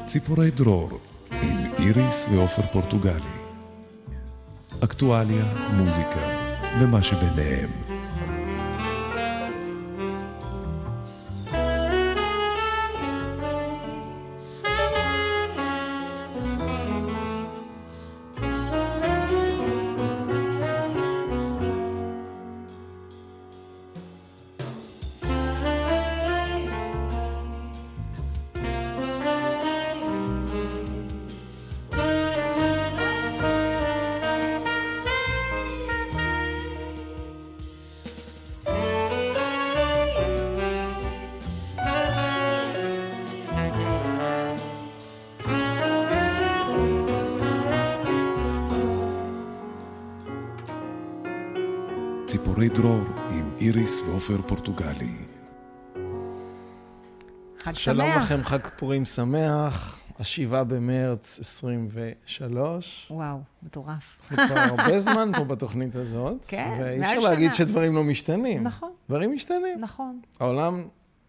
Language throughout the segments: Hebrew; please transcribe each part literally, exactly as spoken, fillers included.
ציפורי דרור עם איריס ואופר פורטוגלי. אקטואליה, מוזיקה ומה שביניהם. ציפורי דרור עם איריס ואופר פורטוגלי. חג שלום שמח. לכם, חג פורים שמח, השבעה במרץ עשרים ושלוש. וואו, מטורף. אנחנו כבר הרבה זמן פה בתוכנית הזאת. כן, ואי מעל אפשר שנה. להגיד שדברים לא משתנים. נכון. דברים משתנים. נכון. העולם,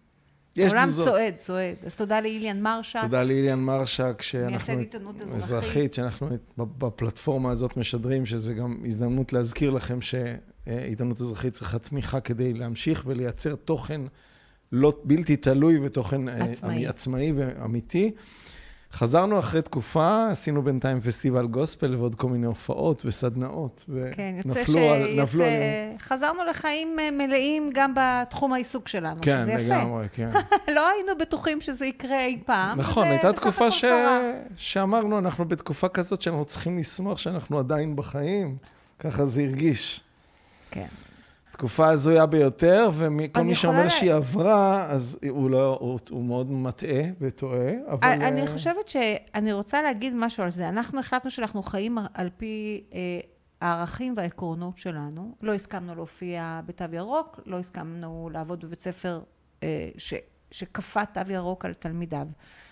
יש העולם תזוזות. צועד, צועד. אז תודה לאיליאן מרשק. תודה לאיליאן מרשק, שאנחנו מייסד עיתונות אזרחית. אזרחית, שאנחנו בפלטפורמה הזאת משדרים, שזה גם הזדמנות להזכיר לכם שעיתונות אזרחית צריכה תמיכה כדי להמשיך ולייצר תוכן לא בלתי תלוי ותוכן עצמאי. עצמאי ואמיתי. חזרנו אחרי תקופה, עשינו בינתיים פסטיבל גוספל ועוד כל מיני הופעות וסדנאות. כן, יוצא ונפלו על- נפלו על- שחזרנו לחיים מלאים גם בתחום העיסוק שלנו. כן, זה יפה. לגמרי, כן. לא היינו בטוחים שזה יקרה אי פעם. נכון, וזה הייתה בסך תקופה הכל ש... קרה. שאמרנו, אנחנו בתקופה כזאת שאנחנו צריכים לשמוח שאנחנו עדיין בחיים. ככה זה הרגיש. כן. תקופה הזויה ביותר, וכל אני מי שאומר יכולה- שהיא עברה, אז הוא, לא, הוא, הוא מאוד מטעה וטועה, אבל... אני אה, חושבת שאני רוצה להגיד משהו על זה. אנחנו החלטנו שאנחנו חיים על פי אה, הערכים והעקרונות שלנו. לא הסכמנו להופיע בתו ירוק, לא הסכמנו לעבוד בבית ספר אה, ש, שכפה תו ירוק על תלמידיו.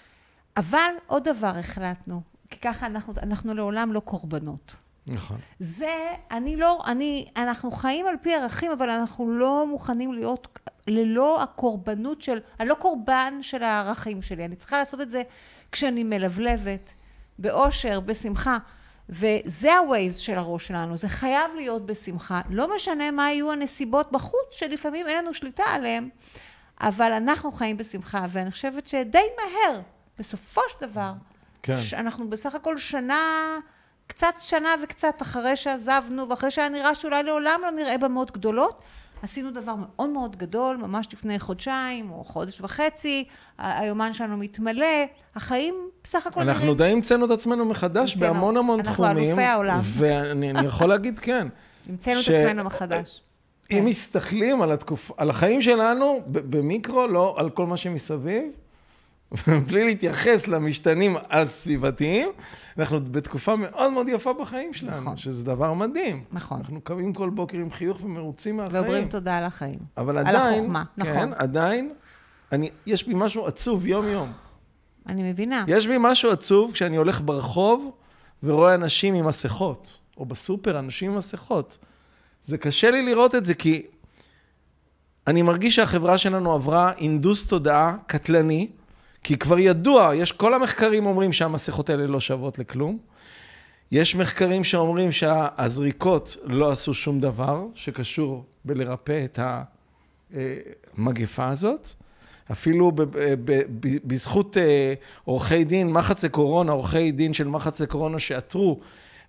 אבל עוד דבר החלטנו, כי ככה אנחנו, אנחנו לעולם לא קורבנות. נכון. זה, אני לא, אני, אנחנו חיים על פי ערכים, אבל אנחנו לא מוכנים להיות ללא הקורבנות של, אני לא קורבן של הערכים שלי. אני צריכה לעשות את זה כשאני מלבלבת, באושר, בשמחה. וזה הווייז של הראש שלנו. זה חייב להיות בשמחה. לא משנה מה יהיו הנסיבות בחוץ, שלפעמים אין לנו שליטה עליהם, אבל אנחנו חיים בשמחה. ואני חושבת שדי מהר, בסופו של דבר, כן. אנחנו בסך הכל שנה... קצת שנה וקצת אחרי שעזבנו, ואחרי שהיה נראה שאולי לעולם לא נראה במות גדולות, עשינו דבר מאוד מאוד גדול, ממש לפני חודשיים או חודש וחצי, היומן שלנו מתמלא, החיים בסך הכל אנחנו די המצאנו את עצמנו מחדש המצאנו. בהמון המון אנחנו תחומים. אלופי העולם. ואני אני יכול להגיד כן. המצאנו ש- את עצמנו מחדש. אם מסתכלים על, התקופ... על החיים שלנו, ב- במיקרו, לא על כל מה שמסביב, בלי להתייחס למשתנים הסביבתיים, אנחנו בתקופה מאוד מאוד יפה בחיים שלנו, נכון. שזה דבר מדהים. נכון. אנחנו קמים כל בוקר עם חיוך ומרוצים מהחיים. ואומרים תודה על החיים. אבל על עדיין, החוכמה, כן, נכון. עדיין, אני, יש בי משהו עצוב יום-יום. אני מבינה. יש בי משהו עצוב כשאני הולך ברחוב ורואה אנשים עם מסכות, או בסופר אנשים עם מסכות. זה קשה לי לראות את זה, כי אני מרגיש שהחברה שלנו עברה אינדוס תודעה קטלני, כי כבר ידוע, יש כל המחקרים אומרים שהמסכות האלה לא שוות לכלום. יש מחקרים שאומרים שהזריקות לא עשו שום דבר שקשור בלרפא את המגפה הזאת. אפילו ב- ב- ב- בזכות עורכי דין, מחץ לקורונה, עורכי דין של מחץ לקורונה שעתרו,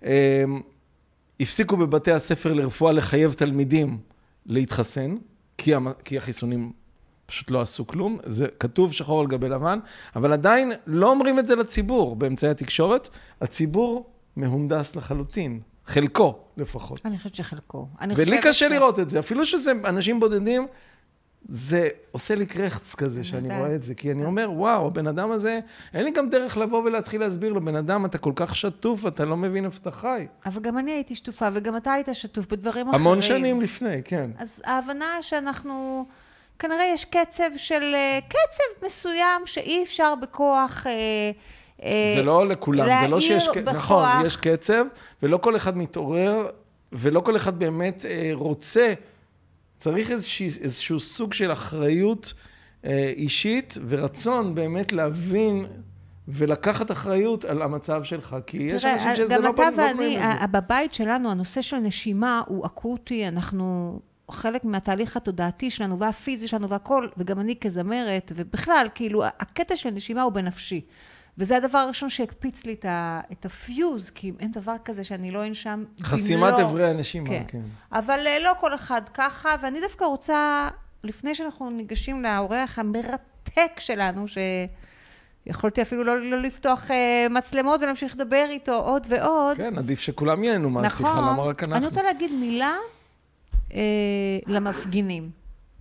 הפסיקו בבתי הספר לרפואה לחייב תלמידים להתחסן, כי, כי החיסונים פשוט לא עשו כלום, זה כתוב שחור על גבי לבן, אבל עדיין לא אומרים את זה לציבור באמצעי התקשורת, הציבור מהונדס לחלוטין, חלקו לפחות. אני חושבת שחלקו. אני ולי חושבת קשה ש- לראות את זה, אפילו שזה אנשים בודדים, זה עושה לי קרחץ כזה שאני יודעת. רואה את זה, כי אני אומר, וואו, הבן אדם הזה, אין לי גם דרך לבוא ולהתחיל להסביר לו, בן אדם, אתה כל כך שטוף, אתה לא מבין איפה אתה חי. אבל גם אני הייתי שטופה, וגם אתה היית שטוף בדברים אחרים. המון שנים לפני, כן. אז ההבנה שאנחנו, כנראה יש קצב של, אה, קצב מסוים שאי אפשר בכוח, אה, אה, זה לא לכולם, זה לא שיש, להעיר נכון, בכוח. יש קצב, ולא כל אחד מתעורר, ולא כל אחד באמת אה, רוצה, צריך איזשהו, איזשהו סוג של אחריות אה, אישית, ורצון באמת להבין ולקחת אחריות על המצב שלך, כי יש אנשים שזה גם לא אתה בנגוד ואני, מהם את זה. בבית שלנו, הנושא של נשימה הוא אקוטי, אנחנו חלק מהתהליך התודעתי שלנו, והפיזי שלנו והכל, וגם אני כזמרת, ובכלל, כאילו, הקטע של נשימה הוא בנפשי. וזה הדבר הראשון שהקפיץ לי את הפיוז, כי אין דבר כזה שאני לא אנשם. חסימת עברי הנשימה, כן. כן. אבל לא כל אחד ככה, ואני דווקא רוצה, לפני שאנחנו ניגשים לאורח המרתק שלנו, שיכולתי אפילו לא, לא לפתוח מצלמות ולהמשיך לדבר איתו עוד ועוד. כן, עדיף שכולם ייהנו מהשיחה, נכון. למה רק אנחנו. אני רוצה להגיד מילה אה, למפגינים.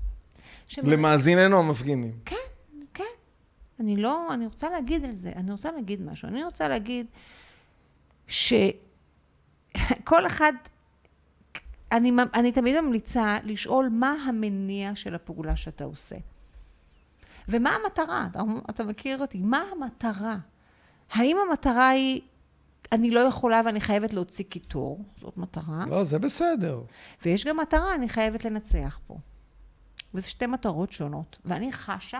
למאזיננו המפגינים. כן, כן. אני לא, אני רוצה להגיד על זה, אני רוצה להגיד משהו. אני רוצה להגיד שכל אחד, אני, אני תמיד ממליצה לשאול מה המניע של הפעולה שאתה עושה. ומה המטרה? אתה, אתה מכיר אותי? מה המטרה? האם המטרה היא, אני לא יכולה ואני חייבת להוציא קיטור, זאת מטרה. לא, זה בסדר. ויש גם מטרה, אני חייבת לנצח פה. וזה שתי מטרות שונות. ואני חשה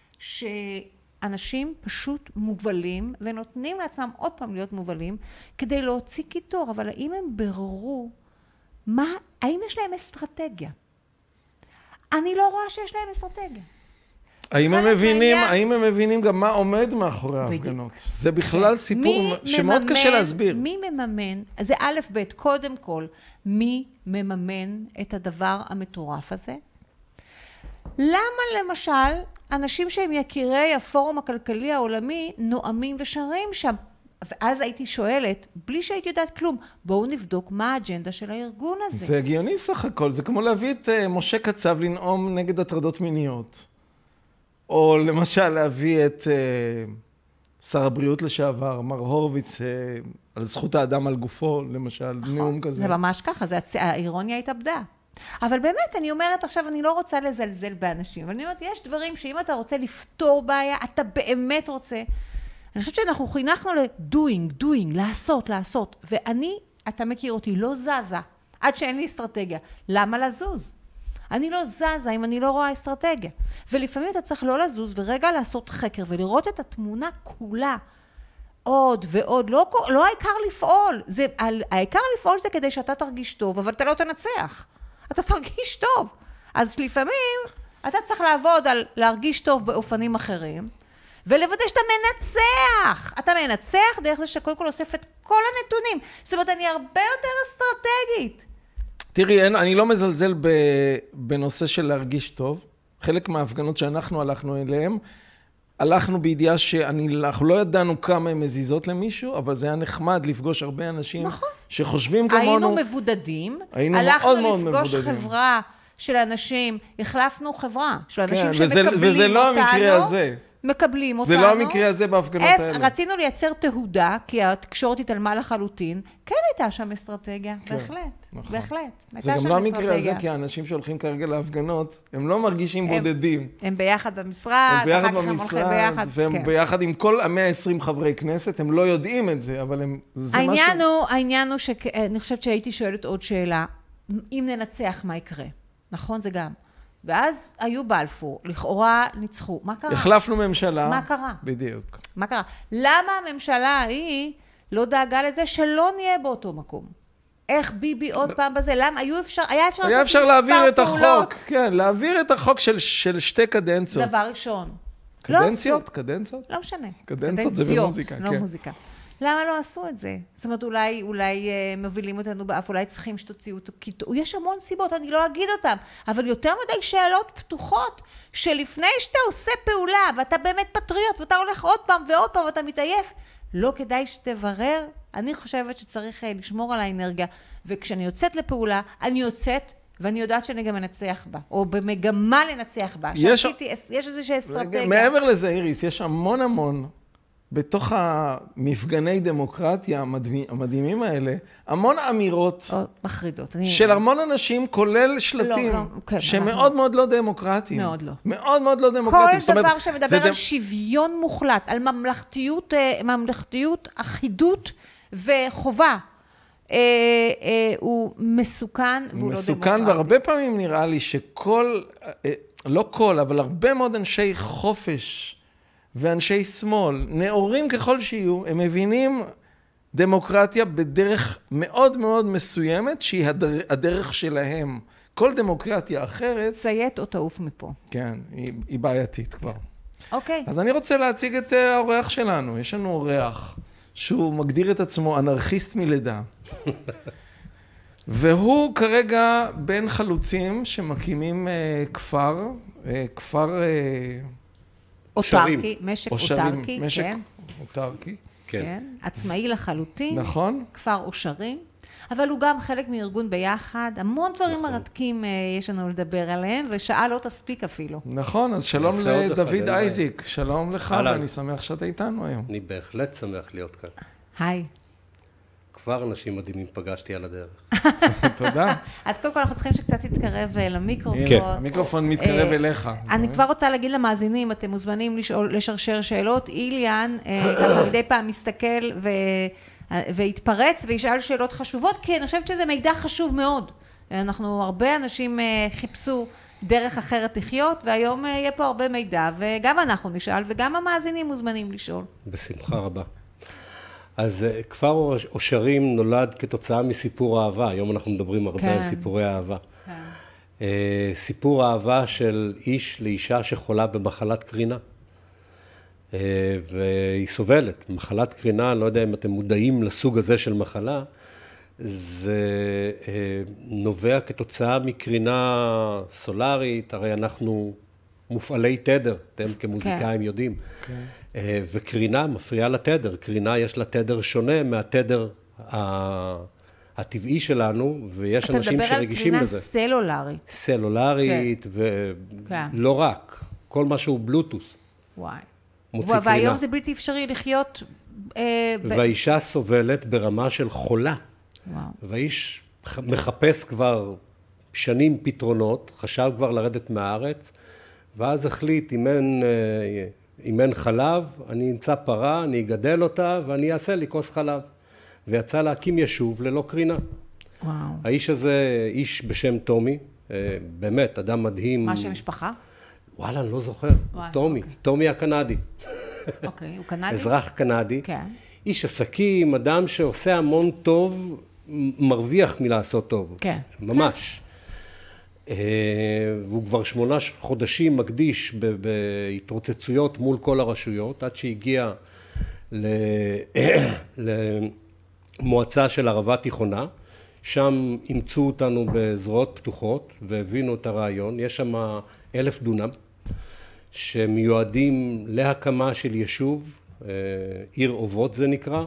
שאנשים פשוט מובלים, ונותנים לעצמם עוד פעם להיות מובלים, כדי להוציא קיטור. אבל האם הם בררו, מה, האם יש להם אסטרטגיה? אני לא רואה שיש להם אסטרטגיה. האם הם מבינים, האם הם מבינים גם מה עומד מאחורי ההפגנות? זה בכלל סיפור שמאוד קשה להסביר. מי מממן, זה א' ב', קודם כל, מי מממן את הדבר המטורף הזה? למה למשל אנשים שהם יקירי הפורום הכלכלי העולמי נואמים ושרים שם? ואז הייתי שואלת, בלי שהייתי יודעת כלום, בואו נבדוק מה האג'נדה של הארגון הזה. זה הגיוני סך הכל, זה כמו להביא את משה קצב לנאום נגד הטרדות מיניות. או למשל להביא את uh, שר הבריאות לשעבר, מר הורוביץ, uh, על זכות האדם על גופו, למשל, נכון, נאום כזה. זה ממש ככה, זה, האירוניה התאבדה. אבל באמת, אני אומרת עכשיו, אני לא רוצה לזלזל באנשים, אבל אני אומרת, יש דברים שאם אתה רוצה לפתור בעיה, אתה באמת רוצה. אני חושבת שאנחנו חינכנו ל-doing, doing, לעשות, לעשות. ואני, אתה מכיר אותי, לא זזה, עד שאין לי אסטרטגיה. למה לזוז? אני לא זזה אם אני לא רואה אסטרטגיה. ולפעמים אתה צריך לא לזוז ורגע לעשות חקר ולראות את התמונה כולה. עוד ועוד, לא, לא העיקר לפעול. זה, העיקר לפעול זה כדי שאתה תרגיש טוב, אבל אתה לא תנצח. אתה תרגיש טוב. אז לפעמים אתה צריך לעבוד על להרגיש טוב באופנים אחרים, ולוודא שאתה מנצח. אתה מנצח דרך זה שקודם כל אוסף את כל הנתונים. זאת אומרת, אני הרבה יותר אסטרטגית. תראי, אני לא מזלזל בנושא של להרגיש טוב. חלק מההפגנות שאנחנו הלכנו אליהם, הלכנו בידיעה שאנחנו לא ידענו כמה הן מזיזות למישהו, אבל זה היה נחמד לפגוש הרבה אנשים נכון. שחושבים כמונו. היינו מבודדים, היינו הלכנו מאוד לפגוש מאוד מבודדים. חברה של אנשים, החלפנו חברה של אנשים כן, שמקבלים וזה, וזה לא אותנו. המקרה הזה. מקבלים אותנו. זה לא המקרה הזה בהפגנות F, האלה. רצינו לייצר תהודה, כי התקשורת התעלמה לחלוטין. כן הייתה שם אסטרטגיה, כן, בהחלט. נכון. בהחלט. זה גם לא המקרה הזה, כי האנשים שהולכים כרגע להפגנות, הם לא מרגישים הם, בודדים. הם ביחד במשרד, הם ביחד במשרד, ביחד, והם כן. ביחד עם כל מאה ועשרים חברי כנסת, הם לא יודעים את זה, אבל הם... זה העניין משהו... הוא, העניין הוא שאני חושבת שהייתי שואלת עוד שאלה, אם ננצח מה יקרה? נכון? זה גם. ואז היו בלפור, לכאורה ניצחו. מה קרה? החלפנו ממשלה. מה קרה? בדיוק. מה קרה? למה הממשלה ההיא לא דאגה לזה שלא נהיה באותו מקום? איך ביבי עוד פעם בזה? למה? היו אפשר, היה אפשר היה אפשר להעביר את החוק. כן, להעביר את החוק של, של שתי קדנציות. דבר ראשון. קדנציות? לא קדנציות? לא משנה. קדנציות זה במוזיקה, לא כן. מוזיקה. למה לא עשו את זה? זאת אומרת, אולי, אולי uh, מובילים אותנו באף, אולי צריכים שתוציאו אותו, כי יש המון סיבות, אני לא אגיד אותם, אבל יותר מדי שאלות פתוחות, שלפני שאתה עושה פעולה, ואתה באמת פטריוט, ואתה הולך עוד פעם ועוד פעם, ואתה מתעייף, לא כדאי שתברר. אני חושבת שצריך uh, לשמור על האנרגיה, וכשאני יוצאת לפעולה, אני יוצאת, ואני יודעת שאני גם מנצח בה, או במגמה לנצח בה. יש, שעשיתי, יש איזושהי אסטרטגיה. מעבר לזה, איריס, יש המון המון, בתוך המפגני דמוקרטיה המדהימים האלה, המון אמירות מחרידות. של המון אנשים, כולל שלטים, שמאוד מאוד לא דמוקרטיים. מאוד לא. מאוד מאוד לא דמוקרטיים. כל דבר שמדבר על שוויון מוחלט, על ממלכתיות, ממלכתיות, אחידות וחובה, הוא מסוכן והוא לא דמוקרטי. מסוכן, והרבה פעמים נראה לי שכל, לא כל, אבל הרבה מאוד אנשי חופש, ואנשי שמאל, נאורים ככל שיהיו, הם מבינים דמוקרטיה בדרך מאוד מאוד מסוימת, שהיא הדר, הדרך שלהם. כל דמוקרטיה אחרת... ציית או תעוף מפה. כן, היא, היא בעייתית כבר. אוקיי. אז אני רוצה להציג את האורח שלנו. יש לנו אורח שהוא מגדיר את עצמו אנרכיסט מלידה. והוא כרגע בין חלוצים שמקימים uh, כפר, uh, כפר... Uh, אוטרקי, משק אושרים, אוטרקי, משק כן. אוטרקי. כן. כן. עצמאי לחלוטין. נכון. כפר אושרים. אבל הוא גם חלק מארגון ביחד. המון דברים נכון. מרתקים uh, יש לנו לדבר עליהם, ושעה לא תספיק אפילו. נכון, אז שלום לדוד אייזיק. שלום לך, ואני שמח שאתה איתנו היום. אני בהחלט שמח להיות כאן. היי. כבר אנשים מדהימים פגשתי על הדרך. תודה. אז קודם כל אנחנו צריכים שקצת תתקרב למיקרופון. כן, המיקרופון מתקרב אליך. אני כבר רוצה להגיד למאזינים, אתם מוזמנים לשרשר שאלות. איליאן, ככה מדי פעם מסתכל והתפרץ וישאל שאלות חשובות, כי אני חושבת שזה מידע חשוב מאוד. אנחנו, הרבה אנשים חיפשו דרך אחרת לחיות, והיום יהיה פה הרבה מידע, וגם אנחנו נשאל, וגם המאזינים מוזמנים לשאול. בשמחה רבה. אז כפר אושרים נולד כתוצאה מסיפור אהבה, היום אנחנו מדברים הרבה כן. על סיפורי אהבה. כן. סיפור אהבה של איש לאישה שחולה במחלת קרינה. והיא סובלת, מחלת קרינה, אני לא יודע אם אתם מודעים לסוג הזה של מחלה, זה נובע כתוצאה מקרינה סולרית, הרי אנחנו מופעלי תדר, אתם כמוזיקאים כן. יודעים. כן. וקרינה מפריעה לתדר, קרינה יש לה תדר שונה מהתדר הטבעי שלנו, ויש אנשים שרגישים לזה. אתה מדבר על קרינה סלולרית. סלולרית, ולא רק, כל מה שהוא בלוטוס. וואי. והיום זה בלתי אפשרי לחיות... והאישה סובלת ברמה של חולה. והאיש מחפש כבר שנים פתרונות, חשב כבר לרדת מהארץ, ואז החליט, אם אין... אם אין חלב, אני אמצא פרה, אני אגדל אותה, ואני אעשה לי כוס חלב. ויצא להקים יישוב ללא קרינה. וואו. האיש הזה, איש בשם טומי, באמת, אדם מדהים. מה שם משפחה? וואלה, אני לא זוכר. וואי, טומי, אוקיי. טומי הקנדי. אוקיי, הוא קנדי? אזרח קנדי. כן. איש עסקים, אדם שעושה המון טוב, מרוויח מלעשות טוב. כן. ממש. והוא כבר שמונה חודשים מקדיש בהתרוצצויות מול כל הרשויות, עד שהגיע למועצה של ערבה תיכונה, שם אימצו אותנו בזרועות פתוחות והבינו את הרעיון. יש שם אלף דונם שמיועדים להקמה של יישוב, עיר אובות זה נקרא.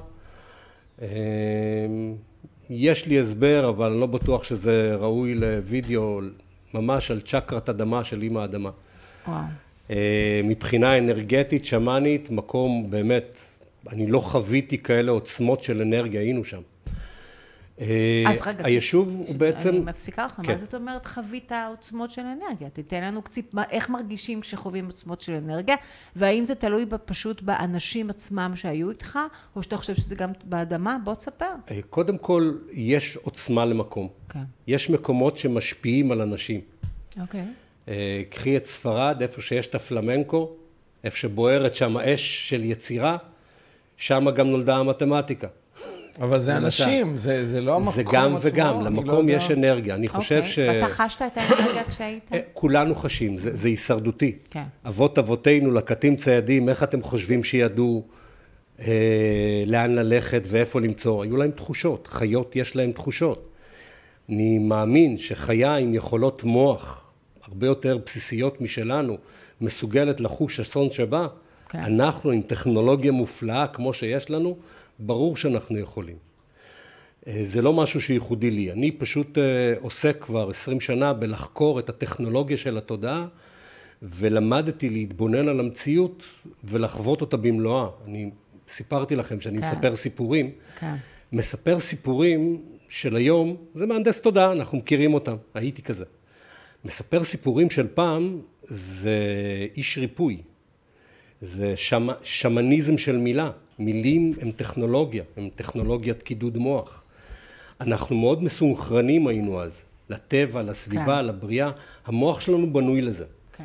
יש לי הסבר, אבל אני לא בטוח שזה ראוי לוידאו, ממש על צ'קרת אדמה של אמא האדמה. וואו. מבחינה אנרגטית, שמאנית, מקום באמת, אני לא חוויתי כאלה עוצמות של אנרגיה, היינו שם. אז רגע, היישוב הוא בעצם... אני מפסיקה לך, מה זאת אומרת חווית עוצמות של אנרגיה? תתן לנו קצת, איך מרגישים כשחווים עוצמות של אנרגיה, והאם זה תלוי פשוט באנשים עצמם שהיו איתך, או שאתה חושב שזה גם באדמה? בוא תספר. קודם כל, יש עוצמה למקום. כן. יש מקומות שמשפיעים על אנשים. אוקיי. קחי את ספרד, איפה שיש את הפלמנקו, איפה שבוערת שם אש של יצירה, שם גם נולדה המתמטיקה. אבל זה אנשים, זה, זה לא המקום עצמו. זה גם וגם, למקום לא יש יודע. אנרגיה. אני חושב ש... ואתה חשת את האנרגיה כשהיית? כולנו חשים, זה, זה הישרדותי. כן. אבות אבותינו, לקטים ציידים, איך אתם חושבים שידעו אה, לאן ללכת ואיפה למצוא? היו להם תחושות, חיות יש להם תחושות. אני מאמין שחיה עם יכולות מוח הרבה יותר בסיסיות משלנו, מסוגלת לחוש אסון שבא, כן. אנחנו עם טכנולוגיה מופלאה כמו שיש לנו, ברור שאנחנו יכולים. זה לא משהו שייחודי לי. אני פשוט עוסק כבר עשרים שנה בלחקור את הטכנולוגיה של התודעה, ולמדתי להתבונן על המציאות ולחוות אותה במלואה. אני סיפרתי לכם שאני כן. מספר סיפורים. כן. מספר סיפורים של היום, זה מהנדס תודעה, אנחנו מכירים אותם, הייתי כזה. מספר סיפורים של פעם, זה איש ריפוי. זה שמ, שמניזם של מילה. מילים הם טכנולוגיה, הם טכנולוגיית קידוד מוח. אנחנו מאוד מסונכרנים היינו אז, לטבע, לסביבה, כן. לבריאה. המוח שלנו בנוי לזה. כן.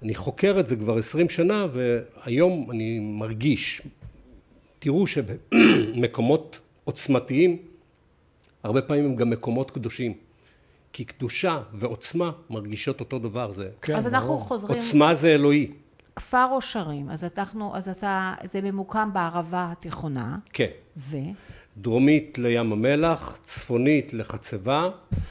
אני חוקר את זה כבר עשרים שנה, והיום אני מרגיש, תראו שבמקומות עוצמתיים, הרבה פעמים הם גם מקומות קדושים. כי קדושה ועוצמה מרגישות אותו דבר. זה... כן, אז אנחנו ברור. חוזרים... עוצמה זה אלוהי. כפר אושרים, אז אנחנו, אז אתה, זה ממוקם בערבה התיכונה. כן. ו? דרומית לים המלח, צפונית לחצבה.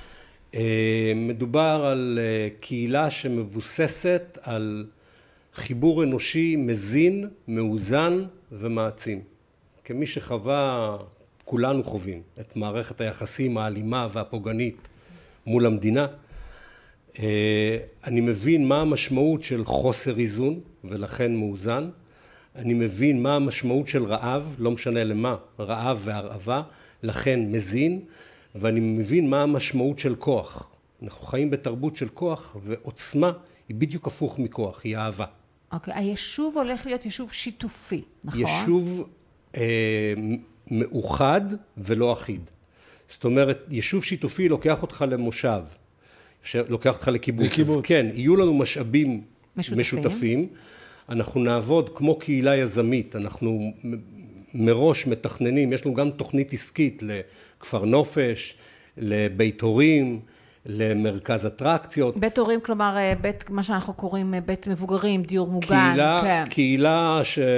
מדובר על קהילה שמבוססת על חיבור אנושי מזין, מאוזן ומעצים. כמי שחווה, כולנו חווים, את מערכת היחסים האלימה והפוגענית מול המדינה. אני מבין מה המשמעות של חוסר איזון ולכן מאוזן. אני מבין מה המשמעות של רעב, לא משנה למה, רעב והרעבה, לכן מזין. ואני מבין מה המשמעות של כוח. אנחנו חיים בתרבות של כוח, ועוצמה היא בדיוק הפוך מכוח, היא אהבה. אוקיי, היישוב הולך להיות יישוב שיתופי, נכון? יישוב אה, מאוחד ולא אחיד. זאת אומרת, יישוב שיתופי לוקח אותך למושב, לוקח אותך לקיבוץ. לקיבוץ. כן, יהיו לנו משאבים משותפים. משותפים. אנחנו נעבוד כמו קהילה יזמית, אנחנו מראש מתכננים, יש לנו גם תוכנית עסקית לכפר נופש, לבית הורים, למרכז אטרקציות. בית הורים, כלומר, בית, מה שאנחנו קוראים בית מבוגרים, דיור מוגן. קהילה, כן. קהילה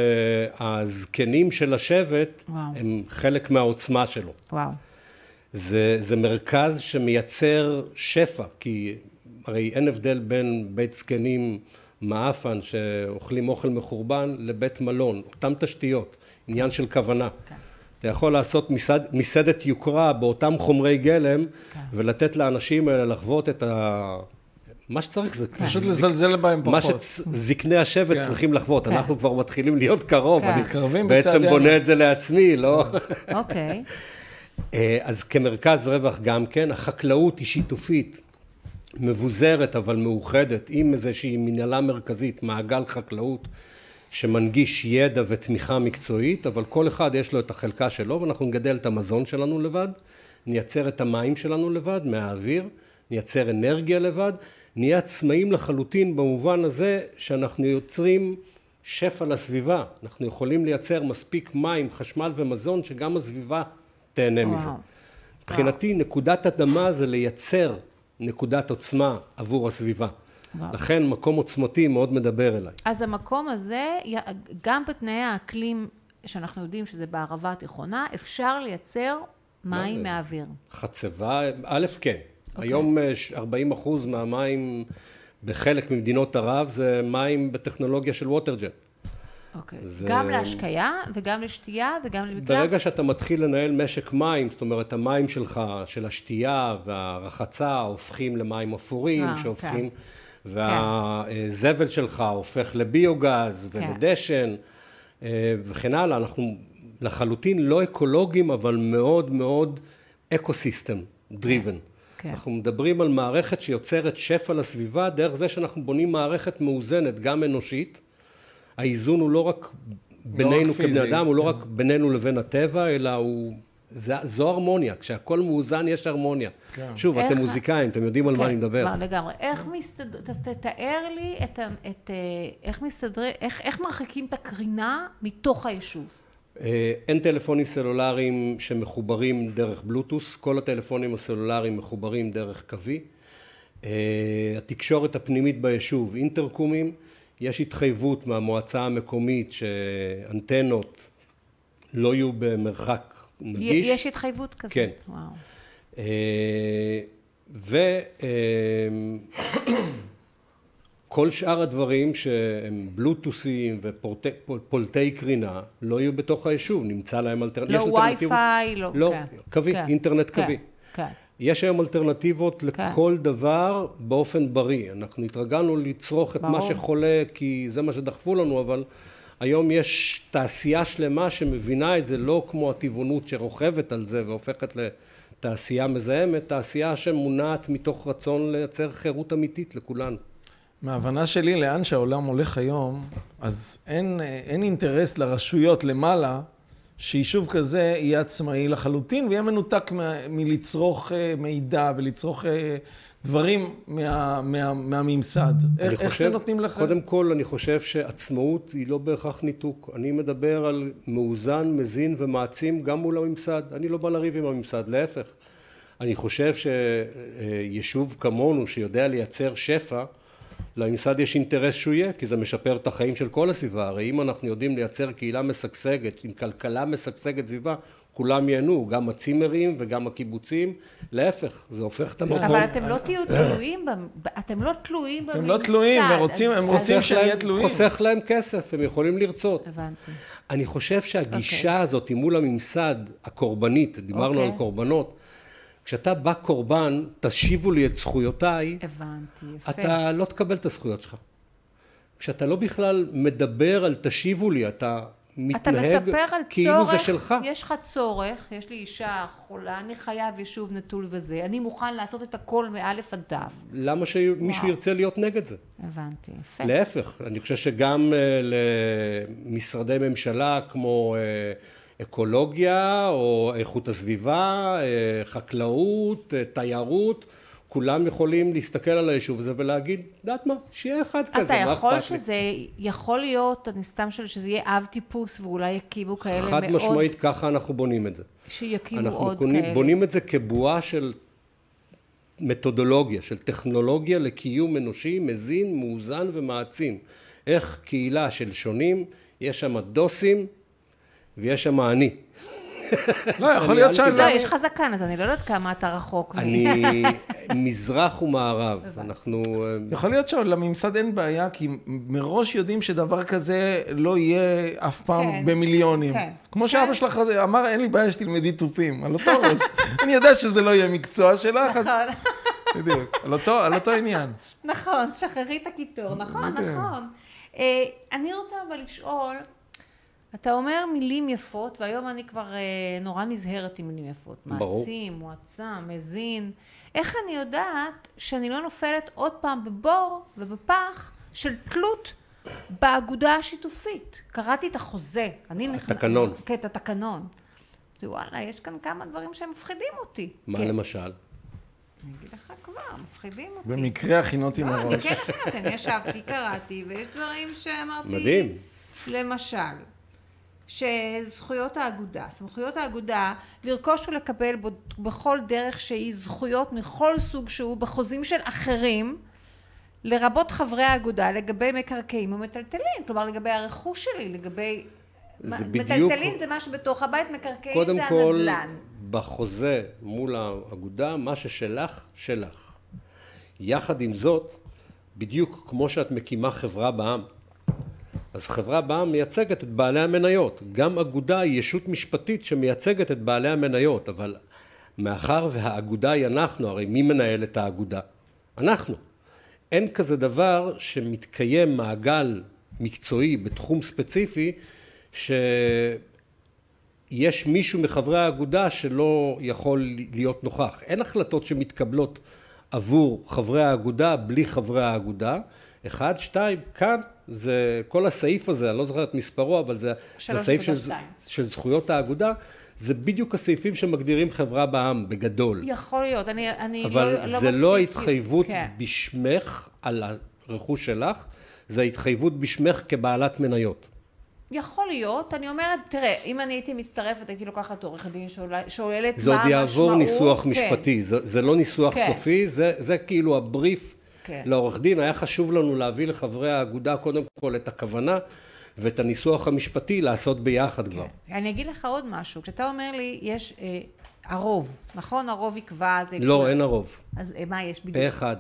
שהזקנים של השבט וואו. הם חלק מהעוצמה שלו. וואו. זה, זה מרכז שמייצר שפע, כי הרי אין הבדל בין בית זקנים מאפן שאוכלים אוכל מחורבן לבית מלון, אותם תשתיות, עניין של כוונה. כן. אתה יכול לעשות מסד, מסעדת יוקרה באותם חומרי גלם, כן. ולתת לאנשים האלה לחוות את ה... מה שצריך זה... פשוט זק... לזלזל בהם פחות. מה שזקני השבט כן. צריכים לחוות. כן. אנחנו כבר מתחילים להיות קרוב. כן. אני בעצם בונה את זה לעצמי, לא? אוקיי. אז כמרכז רווח גם כן, החקלאות היא שיתופית, מבוזרת אבל מאוחדת, עם איזושהי מנהלה מרכזית, מעגל חקלאות, שמנגיש ידע ותמיכה מקצועית, אבל כל אחד יש לו את החלקה שלו, ואנחנו נגדל את המזון שלנו לבד, נייצר את המים שלנו לבד, מהאוויר, נייצר אנרגיה לבד, נהיה עצמאים לחלוטין במובן הזה שאנחנו יוצרים שפע לסביבה. אנחנו יכולים לייצר מספיק מים, חשמל ומזון, שגם הסביבה תהנה מזה. מבחינתי, נקודת אדמה זה לייצר נקודת עוצמה עבור הסביבה. וואו. לכן מקום עוצמתי מאוד מדבר אליי. אז המקום הזה, גם בתנאי האקלים שאנחנו יודעים שזה בערבה התיכונה, אפשר לייצר מים מהאוויר. חצבה, א' כן. Okay. היום ארבעים אחוז מהמים בחלק ממדינות ערב זה מים בטכנולוגיה של ווטרג'ט. אוקיי. זה... גם להשקיה וגם לשתייה וגם למקלט? ברגע שאתה מתחיל לנהל משק מים, זאת אומרת המים שלך, של השתייה והרחצה הופכים למים אפורים, 아, שהופכים... כן. והזבל שלך הופך לביוגז ולדשן וכן הלאה. אנחנו לחלוטין לא אקולוגים, אבל מאוד מאוד אקוסיסטם דריבן. אנחנו מדברים על מערכת שיוצרת שפע לסביבה, דרך זה שאנחנו בונים מערכת מאוזנת, גם אנושית. האיזון הוא לא רק בינינו כבני אדם, הוא לא רק בינינו לבין הטבע, אלא הוא... זו הרמוניה, כשהכל מאוזן יש הרמוניה. כן. שוב, איך... אתם מוזיקאים, אתם יודעים על כן, מה אני מדבר. מה, לגמרי. איך מסתדר, תתאר לי את, את, איך מסתדר, איך, איך מרחיקים את הקרינה מתוך היישוב? אין טלפונים סלולריים שמחוברים דרך בלוטוס, כל הטלפונים הסלולריים מחוברים דרך קווי. התקשורת הפנימית ביישוב, אינטרקומים, יש התחייבות מהמועצה המקומית שאנטנות לא יהיו במרחק נגיש. יש התחייבות כזאת? כן. וואו. וכל שאר הדברים שהם בלוטוסים ופולטי קרינה לא יהיו בתוך היישוב, נמצא להם אלטרנטיבות. לא וי-פיי, לא. לא, קווי, אינטרנט קווי. כן. יש היום אלטרנטיבות לכל דבר באופן בריא. אנחנו התרגלנו לצרוך את מה שחולה, כי זה מה שדחפו לנו, אבל... היום יש תעשייה שלמה שמבינה את זה, לא כמו הטבעונות שרוכבת על זה והופכת לתעשייה מזהמת, תעשייה שמונעת מתוך רצון לייצר חירות אמיתית לכולנו. מההבנה שלי, לאן שהעולם הולך היום, אז אין, אין אינטרס לרשויות למעלה שיישוב כזה יהיה עצמאי לחלוטין, ויהיה מנותק מ- מלצרוך מידע ולצרוך דברים מה, מה, מהממסד. איך, איך זה נותנים לך? קודם כל, אני חושב שעצמאות היא לא בהכרח ניתוק. אני מדבר על מאוזן, מזין ומעצים גם מול הממסד. אני לא בא לריב עם הממסד, להפך. אני חושב שיישוב כמונו שיודע לייצר שפע, לממסד יש אינטרס שהוא יהיה, כי זה משפר את החיים של כל הסביבה. הרי אם אנחנו יודעים לייצר קהילה משגשגת, עם כלכלה משגשגת סביבה, כולם ייהנו, גם הצימרים וגם הקיבוצים, להפך, זה הופך את המקום. אבל אתם לא תהיו תלויים, אתם לא תלויים בממסד. אתם לא תלויים, הם רוצים שנהיה תלויים. חוסך להם כסף, הם יכולים לרצות. הבנתי. אני חושב שהגישה הזאת מול הממסד הקורבנית, דיברנו על קורבנות, כשאתה בא קורבן, תשיבו לי את זכויותיי, הבנתי, יפה. אתה לא תקבל את הזכויות שלך. כשאתה לא בכלל מדבר על תשיבו לי, אתה מתנהג כאילו זה שלך. יש לך צורך, יש לי אישה חולה, אני חייב יישוב נטול וזה, אני מוכן לעשות את הכל מאלף עד תו. למה שמישהו ירצה להיות נגד זה? הבנתי, יפה. להפך, אני חושב שגם למשרדי ממשלה כמו אקולוגיה או איכות הסביבה, חקלאות, תיירות, כולם יכולים להסתכל על היישוב הזה ולהגיד, יודעת מה, שיהיה אחד כזה, אתה יכול שזה, יכול להיות, אני סתם שואל, שזה יהיה אב טיפוס ואולי יקימו כאלה מאוד... חד משמעית, ככה אנחנו בונים את זה. שיקימו עוד כאלה. אנחנו בונים את זה כבועה של מתודולוגיה, של טכנולוגיה לקיום אנושי, מזין, מאוזן ומעצים. איך קהילה של שונים, יש שם דוסים ויש שם אני. לא, יכול להיות שאני... לא, יש לך זקן, אז אני לא יודעת כמה אתה רחוק. אני מזרח ומערב, אנחנו... יכול להיות שלממסד אין בעיה, כי מראש יודעים שדבר כזה לא יהיה אף פעם במיליונים. כמו שאבא שלך אמר, אין לי בעיה שתלמדי תופים, על אותו ראש. אני יודע שזה לא יהיה מקצוע שלך, אז... בדיוק, על אותו עניין. נכון, שחררי את הקיטור, נכון, נכון. אני רוצה אבל לשאול... אתה אומר מילים יפות, והיום אני כבר נורא נזהרת עם מילים יפות. מעצים, מועצם, מזין. איך אני יודעת שאני לא נופלת עוד פעם בבור ובפח של תלות באגודה השיתופית? קראתי את החוזה. התקנון. כן, את התקנון. וואלה, יש כאן כמה דברים שהם מפחידים אותי. מה למשל? אני אגיד לך כבר, מפחידים אותי. במקרה הכינות עם הראש. אני כן הכינות, אני ישבתי, קראתי, ויש דברים שאמרתי... מדהים. למשל... שזכויות האגודה, סמכויות האגודה, לרכוש ולקבל בכל דרך שהיא זכויות מכל סוג שהוא בחוזים של אחרים, לרבות חברי האגודה, לגבי מקרקעים ומטלטלין, כלומר לגבי הרכוש שלי, לגבי... מטלטלין זה מה שבתוך הבית, מקרקעים זה הנדל"ן. קודם כל, בחוזה מול האגודה, מה ששלך, שלך. יחד עם זאת, בדיוק כמו שאת מקימה חברה בעם, אז חברה בעם מייצגת את בעלי המניות. גם אגודה היא ישות משפטית שמייצגת את בעלי המניות, אבל מאחר והאגודה היא אנחנו, הרי מי מנהל את האגודה? אנחנו. אין כזה דבר שמתקיים מעגל מקצועי בתחום ספציפי, שיש מישהו מחברי האגודה שלא יכול להיות נוכח. אין החלטות שמתקבלות עבור חברי האגודה בלי חברי האגודה. אחד, שתיים, כאן זה כל הסעיף הזה, אני לא זוכר את מספרו, אבל זה, זה סעיף של, של זכויות האגודה, זה בדיוק הסעיפים שמגדירים חברה בעם בגדול. יכול להיות, אני, אני אבל לא, לא זה מספיק. לא התחייבות כן. בשמך על הרכוש שלך, זה התחייבות בשמך כבעלת מניות. יכול להיות, אני אומרת, תראה, אם אני הייתי מצטרפת, הייתי לוקחת עורך הדין שואלת מה המשמעות. זה עוד יעבור ניסוח כן. משפטי, זה, זה לא ניסוח כן. סופי, זה, זה כאילו הבריף כן. לעורך דין. היה חשוב לנו להביא לחברי האגודה קודם כל את הכוונה, ואת הניסוח המשפטי לעשות ביחד כבר. אני אגיד לך עוד משהו, כשאתה אומר לי, יש אה, הרוב, נכון? הרוב יקבע, זה... לא, יקבע. אין הרוב. אז אה, מה יש בדיוק? פה אחד.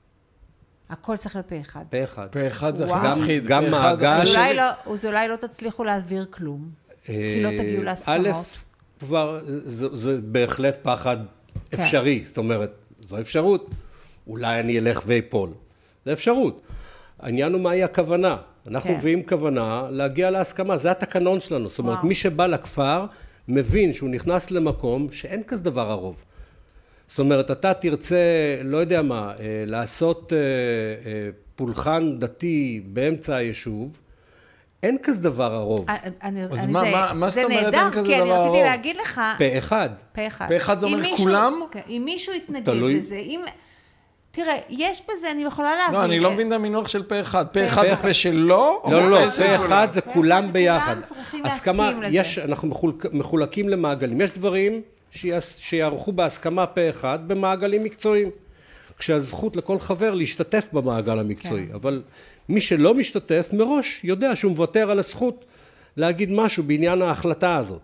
הכל צריך להיות פה אחד. פה אחד. פה אחד זה וואו. הכי מפחיד. גם פה אחד, מעגל- אבל- אז אולי לא, אז אולי לא תצליחו להעביר כלום, כי לא תגיעו להסכמות. א', כבר, זה, זה בהחלט פחד אפשרי, זאת אומרת, זו אפשרות. אולי אני אלך ואפול. זה אפשרות. העניין הוא מהי הכוונה. אנחנו כן. מביאים כוונה להגיע להסכמה, זה התקנון שלנו. זאת אומרת, וואו. מי שבא לכפר, מבין שהוא נכנס למקום שאין כזה דבר הרוב. זאת אומרת, אתה תרצה, לא יודע מה, לעשות פולחן דתי באמצע היישוב, אין כזה דבר הרוב. אני, אז אני, מה- זה, מה- מה זה זאת אומרת נהדר, אין כזה כי אני דבר רציתי הרוב? להגיד לך... פה אחד. פה אחד. פה אחד זה אם אומר מישהו- כולם? כן, אם מישהו יתנגד תלוי. לזה, אם... תראה, יש בזה, אני יכולה להבין... לא, אני לא מבין את המינוח של פה אחד. פה פה אחד אחד. ופה שלא? או לא, לא, לא, פה של פה כולם? אחד זה פה כולם אחד ביחד. כולם צריכים הסכמה, להסכים לזה. יש, אנחנו מחולק, מחולקים למעגלים. יש דברים שיעש- שיערכו בהסכמה פה אחד במעגלים מקצועיים. כשהזכות לכל חבר להשתתף במעגל המקצועי. כן. אבל מי שלא משתתף מראש יודע שהוא מוותר על הזכות להגיד משהו בעניין ההחלטה הזאת.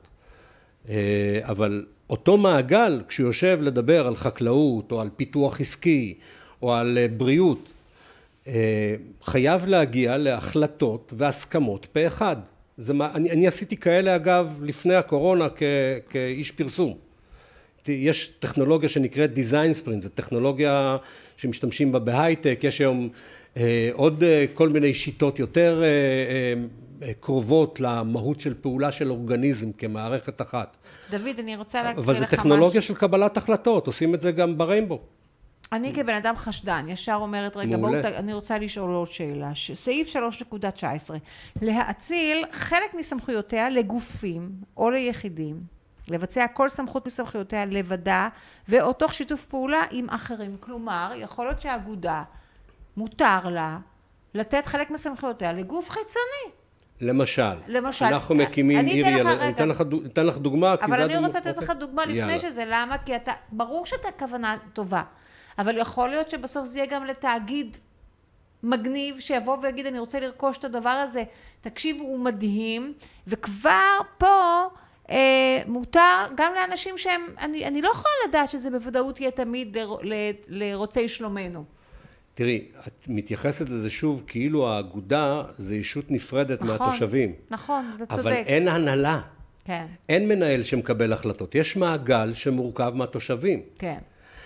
אה, אבל אותו מעגל, כשהוא יושב לדבר על חקלאות או על פיתוח עסקי או על אה, בריאות, אה, חייב להגיע להחלטות והסכמות פה אחד. זה מה, אני, אני עשיתי כאלה אגב לפני הקורונה כ, כאיש פרסום. יש טכנולוגיה שנקראת design sprint, זו טכנולוגיה שמשתמשים בה בהייטק, יש היום אה, עוד אה, כל מיני שיטות יותר אה, אה, קרובות למהות של פעולה של אורגניזם כמערכת אחת. דוד, אני רוצה להקריא לך אבל משהו. זו טכנולוגיה של קבלת החלטות, עושים את זה גם בריינבו. אני כבן אדם חשדן, ישר אומרת, רגע, מעולה. בואו, ת- אני רוצה לשאול עוד שאלה. ש- סעיף שלוש נקודה תשע עשרה, להאציל חלק מסמכויותיה לגופים או ליחידים, לבצע כל סמכות מסמכויותיה לבדה, ואו תוך שיתוף פעולה עם אחרים. כלומר, יכול להיות שהאגודה מותר לה לתת חלק מסמכויותיה לגוף חיצוני. למשל, למשל, אנחנו מקימים אני עיר אתן לך- ילד, רגע. אני אתן לך דו- אתן לך דוגמה. כי אבל זה אני הדוגמה- רוצה לתת לך אוקיי. דוגמה לפני יאללה. שזה, למה? כי אתה, ברור שאתה כוונה טובה, אבל יכול להיות שבסוף זה יהיה גם לתאגיד מגניב, שיבוא ויגיד, אני רוצה לרכוש את הדבר הזה, תקשיב, הוא מדהים, וכבר פה אה, מותר גם לאנשים שהם, אני, אני לא יכולה לדעת שזה בוודאות יהיה תמיד ל, ל, לרוצי שלומנו. תראי, את מתייחסת לזה שוב, כאילו האגודה זה ישות נפרדת נכון, מהתושבים. נכון, אתה צודק. אבל אין הנהלה, כן, אין מנהל שמקבל החלטות. יש מעגל שמורכב מהתושבים. כן.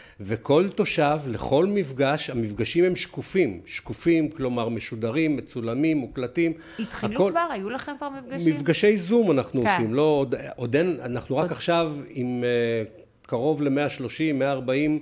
וכל תושב, לכל מפגש, המפגשים הם שקופים. שקופים, כלומר משודרים, מצולמים, מוקלטים. התחילו הכל- כבר? היו לכם כבר מפגשים? מפגשי זום אנחנו כן. עושים. לא, עוד, עוד אין, אנחנו רק עוד- עכשיו עם uh, קרוב ל-מאה שלושים, מאה ארבעים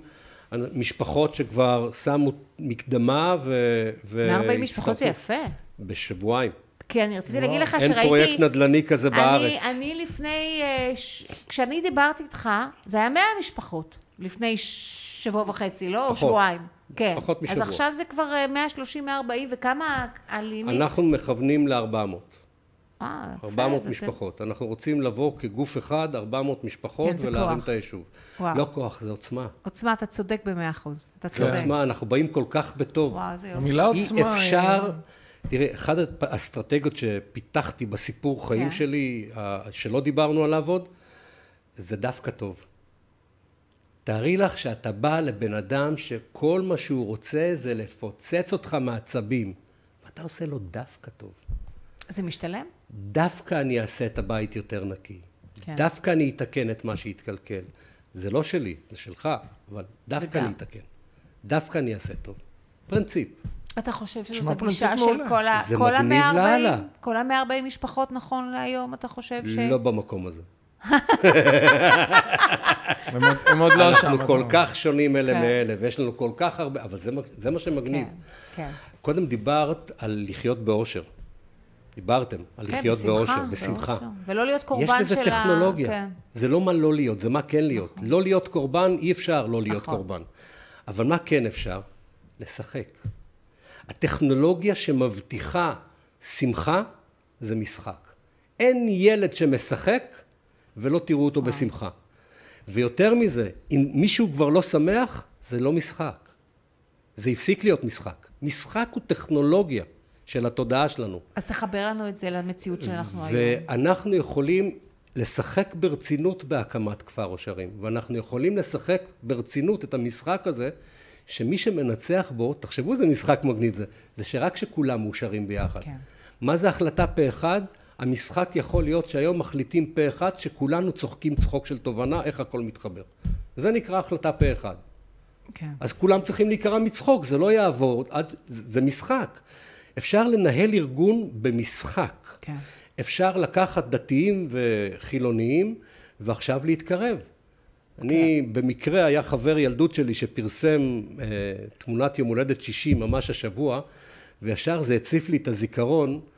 משפחות שכבר שמו מקדמה ו... מאה וארבעים משפחות זה והצטרפו. יפה. בשבועות. כי אני רציתי להגיד לך אין שראיתי... פרויקט נדל"ני כזה אני, בארץ. אני לפני, אה, ש... כשאני דיברתי איתך, זה היה מאה משפחות, לפני שבוע וחצי, לא? או פחות. שבועיים. כן. פחות משבוע. אז עכשיו זה כבר אה, מאה שלושים, מאה ארבעים, וכמה הלימיט? אנחנו מכוונים ל-ארבע מאות. אה, יפה, ארבע מאות זה- משפחות. אנחנו רוצים לבוא כגוף אחד, ארבע מאות משפחות, כן, זה ולהרים כוח. את היישוב. וואו. לא כוח, זה עוצמה. עוצמה, אתה צודק במאה אחוז. אתה זה צודק. עוצמה, אנחנו באים כל כך בטוב. וואו, זה יופי. המילה אי עוצמה... אפשר, תראה, אחת האסטרטגיות שפיתחתי בסיפור חיים כן. שלי, ה- שלא דיברנו עליו עוד, זה דווקא טוב. תארי לך שאתה בא לבן אדם שכל מה שהוא רוצה זה לפוצץ אותך מעצבים, ואתה עושה לו דווקא טוב. זה משתלם? דווקא אני אעשה את הבית יותר נקי. כן. דווקא אני אתקן את מה שהתקלקל. זה לא שלי, זה שלך, אבל דווקא וגם. אני אתקן. דווקא אני אעשה טוב. פרינציפ. אתה חושב שזאת נשמע הגישה פרינציפ של מעולה. כל ה- זה כל מגניב ה-מאה וארבעים? לאללה. כל ה-מאה וארבעים משפחות נכון להיום, אתה חושב ש... לא במקום הזה. הם עוד- הם עוד לא שם. אנחנו כל אתה- כך שונים אלה כן. מאלה, ויש לנו כל כך הרבה, אבל זה, מה- זה מה שמגניב. כן, כן. קודם דיברת על לחיות באושר. דיברתם על כן, לחיות בשמחה, באושר, בשמחה. באושר. ולא להיות יש קורבן לזה של ה... טכנולוגיה. כן. זה לא מה לא להיות, זה מה כן להיות. לא להיות קורבן, אי אפשר לא להיות נכון. קורבן. אבל מה כן אפשר? לשחק. הטכנולוגיה שמבטיחה שמחה, זה משחק. אין ילד שמשחק ולא תראו אותו בשמחה. ויותר מזה, אם מישהו כבר לא שמח, זה לא משחק. זה הפסיק להיות משחק. משחק הוא טכנולוגיה של התודעה שלנו. אז תחבר לנו את זה למציאות שאנחנו היום. ואנחנו יכולים לשחק ברצינות בהקמת כפר אושרים, ואנחנו יכולים לשחק ברצינות את המשחק הזה, שמי שמנצח בו, תחשבו איזה משחק מגניב זה, זה שרק שכולם מאושרים ביחד. כן. מה זה החלטה פה אחד? המשחק יכול להיות שהיום מחליטים פה אחד, שכולנו צוחקים צחוק של תובנה, איך הכל מתחבר. זה נקרא החלטה פה אחד. כן. אז כולם צריכים להיקרא מצחוק, זה לא יעבור, עד, זה משחק. אפשר לנהל ארגון במשחק. כן. אפשר לקחת דתיים וחילוניים, ועכשיו להתקרב. אני במקרה היה חבר ילדות שלי שפרסם אה, תמונת יום הולדת שישים ממש השבוע, וישר זה הציף לי את הזיכרון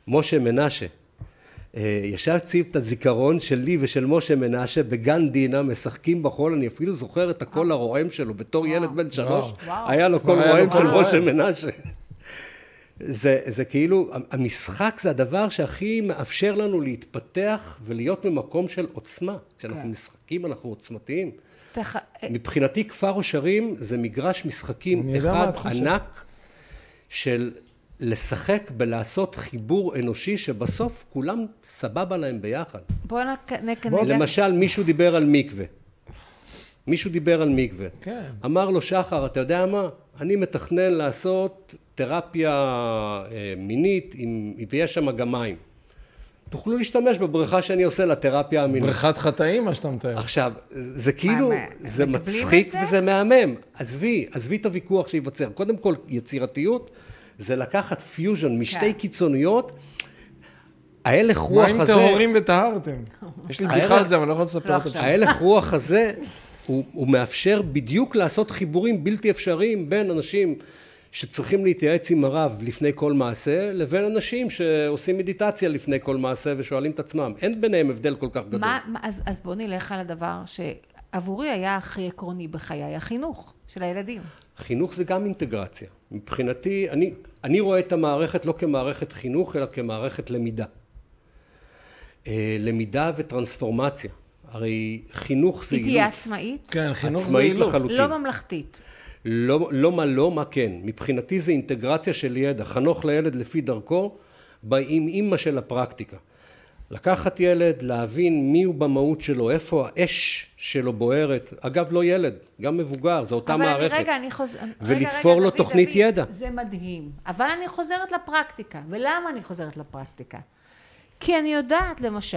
משה מנשה. ישב צוות הזיכרון שלי ושל משה מנשה בגן דינה, משחקים בחול, אני אפילו זוכר את הקול הרועם שלו, בתור ילד בן שלוש, היה לו קול רועם של משה מנשה. זה, זה כאילו, המשחק זה הדבר שהכי מאפשר לנו להתפתח ולהיות ממקום של עוצמה. כשאנחנו משחקים אנחנו עוצמתיים. מבחינתי כפר אושרים זה מגרש משחקים אחד ענק של לשחק בלעשות חיבור אנושי שבסוף כולם סבבה להם ביחד. בוא נקנק... למשל מישהו דיבר על מקווה. מישהו דיבר על מקווה. כן. אמר לו שחר, אתה יודע מה? אני מתכנן לעשות תרפיה מינית עם, ויש שם גם מים. תוכלו להשתמש בבריכה שאני עושה לתרפיה המינית. בריכת חטאים, מה שאתה מתאר. עכשיו, זה כאילו, זה מצחיק וזה מהמם. עזבי, עזבי את הוויכוח שיווצר. קודם כל, יצירתיות, זה לקחת פיוז'ן משתי קיצוניות. ההלך רוח הזה... מה אם טהורים וטהרתם? יש לי בדיחה על זה, אבל אני לא יכול לספר את זה. ההלך רוח הזה, הוא מאפשר בדיוק לעשות חיבורים בלתי אפשריים בין אנשים שצריכים להתייעץ עם הרב לפני כל מעשה, לבין אנשים שעושים מדיטציה לפני כל מעשה ושואלים את עצמם. אין ביניהם הבדל כל כך גדול. מה, אז, אז בוא נלך על הדבר שעבורי היה הכי עקרוני בחיי, החינוך של הילדים. חינוך זה גם אינטגרציה. מבחינתי, אני, אני רואה את המערכת לא כמערכת חינוך, אלא כמערכת למידה. למידה וטרנספורמציה. הרי חינוך זה אילוף. היא תהיה עצמאית? כן, חינוך זה עצמאית אילוף. לחלוטין. לא ממלכתית. לא, לא מה לא, מה כן. מבחינתי זה אינטגרציה של ידע. חנוך לילד לפי דרכו, עם אימא של הפרקטיקה. לקחת ילד, להבין מי הוא במהות שלו, איפה האש שלו בוערת. אגב, לא ילד, גם מבוגר, זו אותה מערכת. אבל רגע, אני חוזרת... ולתפור רגע, לו דוד, תוכנית דוד, ידע. זה מדהים. אבל אני חוזרת לפרקטיקה. ולמה אני חוזרת לפרקטיקה? כי אני יודעת, למשל,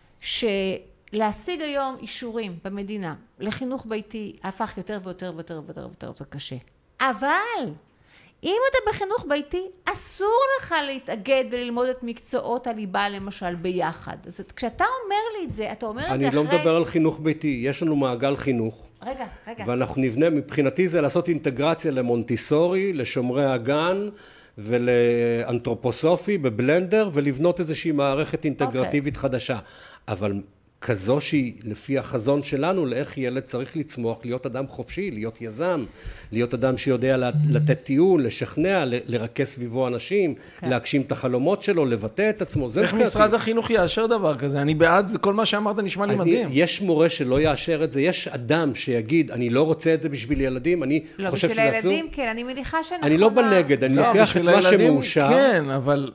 שלהשיג היום אישורים במדינה לחינוך ביתי הפך יותר ויותר ויותר ויותר ויותר ויותר קשה. אבל אם אתה בחינוך ביתי, אסור לך להתאגד וללמוד את מקצועות הליבה למשל ביחד. אז כשאתה אומר לי את זה, אתה אומר את זה אחרי... אני לא מדבר על חינוך ביתי, יש לנו מעגל חינוך. רגע, רגע. ואנחנו נבנה, מבחינתי זה לעשות אינטגרציה למונטיסורי, לשומרי הגן ולאנתרופוסופי בבלנדר, ולבנות איזושהי מערכת אינטגרטיבית okay. חדשה. אבל כזו שהיא לפי החזון שלנו, לאיך ילד צריך לצמוח, להיות אדם חופשי, להיות יזם, להיות אדם שיודע לתת טיעון, לשכנע, לרכז סביבו אנשים, כן. להגשים את החלומות שלו, לבטא את עצמו. איך משרד החינוך יאשר דבר כזה? אני בעד, זה כל מה שאמרת נשמע לי מדהים. יש מורה שלא יאשר את זה, יש אדם שיגיד, אני לא רוצה את זה בשביל ילדים, אני לא, חושב שזה אסור. לא, בשביל הילדים, כן, אני מניחה שנכונה. אני לא בנגד, אני לוקח את מה שמאושר. כן, אבל...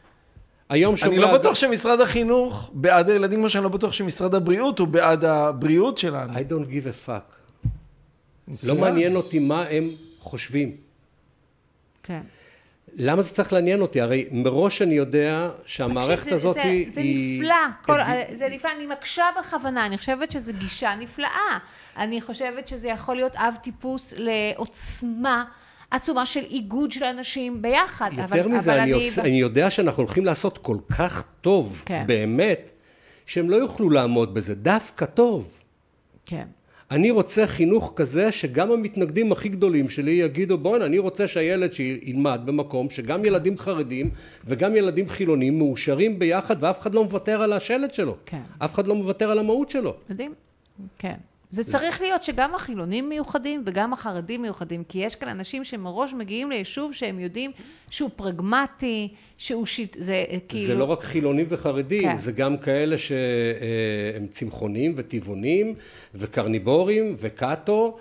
אני לא בטוח שמשרד החינוך בעד הילדים, כמו שאני לא בטוח שמשרד הבריאות הוא בעד הבריאות שלנו. I don't give a fuck. לא מעניין אותי מה הם חושבים. כן. למה זה צריך לעניין אותי? הרי מראש אני יודע שהמערכת הזאת היא... זה נפלא, זה נפלא, אני מקשה בכוונה, אני חושבת שזו גישה נפלאה. אני חושבת שזה יכול להיות אב טיפוס לעוצמה, עצומה של איגוד של אנשים ביחד. יותר אבל, מזה, אבל אני, אני... עוש... אני יודע שאנחנו הולכים לעשות כל כך טוב, כן. באמת, שהם לא יוכלו לעמוד בזה, דווקא טוב. כן. אני רוצה חינוך כזה שגם המתנגדים הכי גדולים שלי יגידו, בואי, אני רוצה שהילד שילמד במקום שגם ילדים חרדים וגם ילדים חילונים מאושרים ביחד, ואף אחד לא מוותר על השלט שלו. כן. אף אחד לא מוותר על המהות שלו. מדהים. כן. זה צריך להיות שגם החילונים מיוחדים וגם החרדים מיוחדים, כי יש כאן אנשים שמראש מגיעים ליישוב שהם יודעים שהוא פרגמטי, שהוא שיט, זה כאילו... זה לא רק חילונים וחרדים, כן. זה גם כאלה שהם צמחונים וטבעונים וקרניבורים וקאטו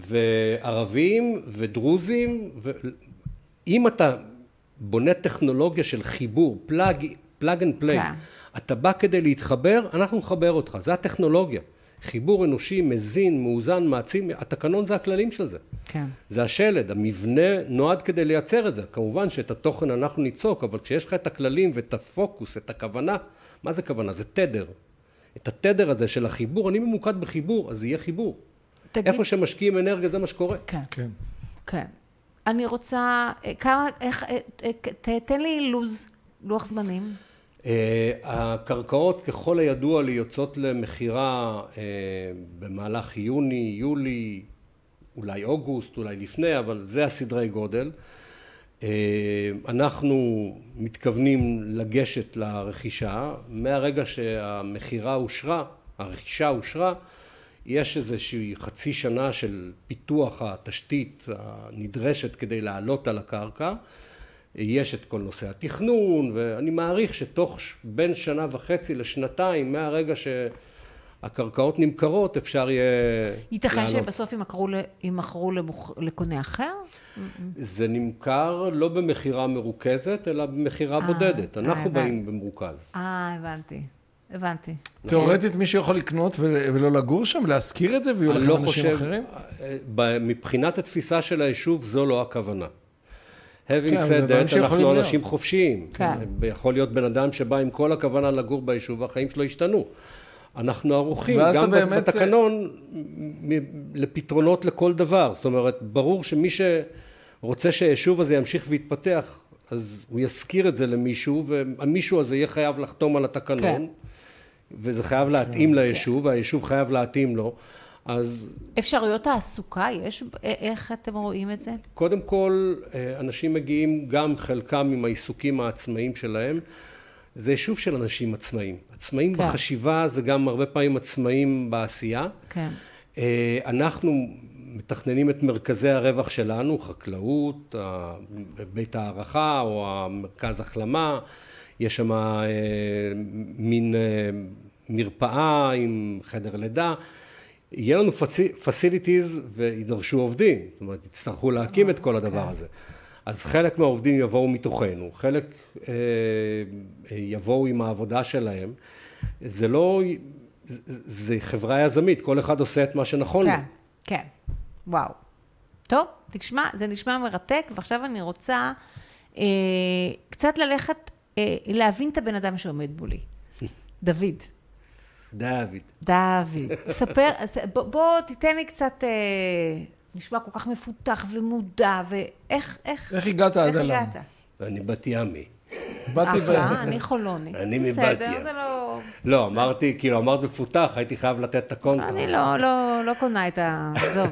וערבים ודרוזים. ו... אם אתה בונה טכנולוגיה של חיבור, פלאג, פלאג אנד פליי, כן. אתה בא כדי להתחבר, אנחנו נחבר אותך, זה הטכנולוגיה. חיבור אנושי, מזין, מאוזן, מעצים, התקנון זה הכללים של זה. כן. זה השלד, המבנה נועד כדי לייצר את זה. כמובן שאת התוכן אנחנו ניצוק, אבל כשיש לך את הכללים ואת הפוקוס, את הכוונה, מה זה כוונה? זה תדר. את התדר הזה של החיבור, אני ממוקד בחיבור, אז יהיה חיבור. תגיד... איפה שמשקיעים אנרגיה, זה מה שקורה. כן. כן. כן. אני רוצה, כמה, איך, תתן לי לוז, לוח זמנים. Uh, הקרקעות ככל הידוע לי יוצאות למחירה uh, במהלך יוני, יולי, אולי אוגוסט, אולי לפני, אבל זה הסדרי גודל. אנחנו מתכוונים לגשת לרכישה, מהרגע שהמחירה אושרה, הרכישה אושרה, יש איזושהי חצי שנה של פיתוח התשתית הנדרשת כדי לעלות על הקרקע, יש את כל נושא התכנון, ואני מעריך שתוך בין שנה וחצי לשנתיים, מהרגע שהקרקעות נמכרות, אפשר יהיה לעלות. ייתכן שבסוף ימכרו לקונה אחר? זה נמכר לא במחירה מרוכזת, אלא במחירה בודדת. אנחנו באים במרוכז. אה, הבנתי. הבנתי. תיאורטית מישהו יכול לקנות ולא לגור שם, להזכיר את זה, ויהיו לכם אנשים אחרים? מבחינת התפיסה של היישוב, זו לא הכוונה. having said that, אנחנו אנשים חופשיים. יכול להיות בן אדם שבא עם כל הכוונה לגור ביישוב, והחיים שלו השתנו. אנחנו ערוכים גם בתקנון לפתרונות לכל דבר. זאת אומרת, ברור שמי שרוצה שהיישוב הזה ימשיך ויתפתח, אז הוא יזכיר את זה למישהו, והמישהו הזה יהיה חייב לחתום על התקנון, וזה חייב להתאים ליישוב, והיישוב חייב להתאים לו. אז אפשרויות תעסוקה, יש, איך אתם רואים את זה? קודם כל, אנשים מגיעים גם חלקם עם העיסוקים העצמאיים שלהם. זה יישוב של אנשים עצמאים. עצמאים כן. בחשיבה זה גם הרבה פעמים עצמאים בעשייה. כן. אנחנו מתכננים את מרכזי הרווח שלנו, חקלאות, בית הערכה או המרכז החלמה. יש שם מין מרפאה עם חדר לידה. יהיה לנו פסיליטיז וידרשו עובדים, זאת אומרת, יצטרכו להקים את כל הדבר הזה. אז חלק מהעובדים יבואו מתוכנו, חלק אה, יבואו עם העבודה שלהם. זה לא, זה, זה חברה יזמית, כל אחד עושה את מה שנכון לו. כן, כן, וואו. טוב, תשמע, זה נשמע מרתק, ועכשיו אני רוצה אה, קצת ללכת, אה, להבין את הבן אדם שעומד מולי. דוד. דוד. דוד. ספר, בוא, בוא תיתן לי קצת, אה, נשמע כל כך מפותח ומודע, ואיך, איך, איך הגעת עד איך אליו? הגעת? אני בת ימי. באתי ב... אחלה, אני חולוני. אני מבת בסדר, ים. זה לא... לא, אמרתי, כאילו, אמרת מפותח, הייתי חייב לתת את הקונטרה. אני לא, לא, לא קונה את ה... עזוב.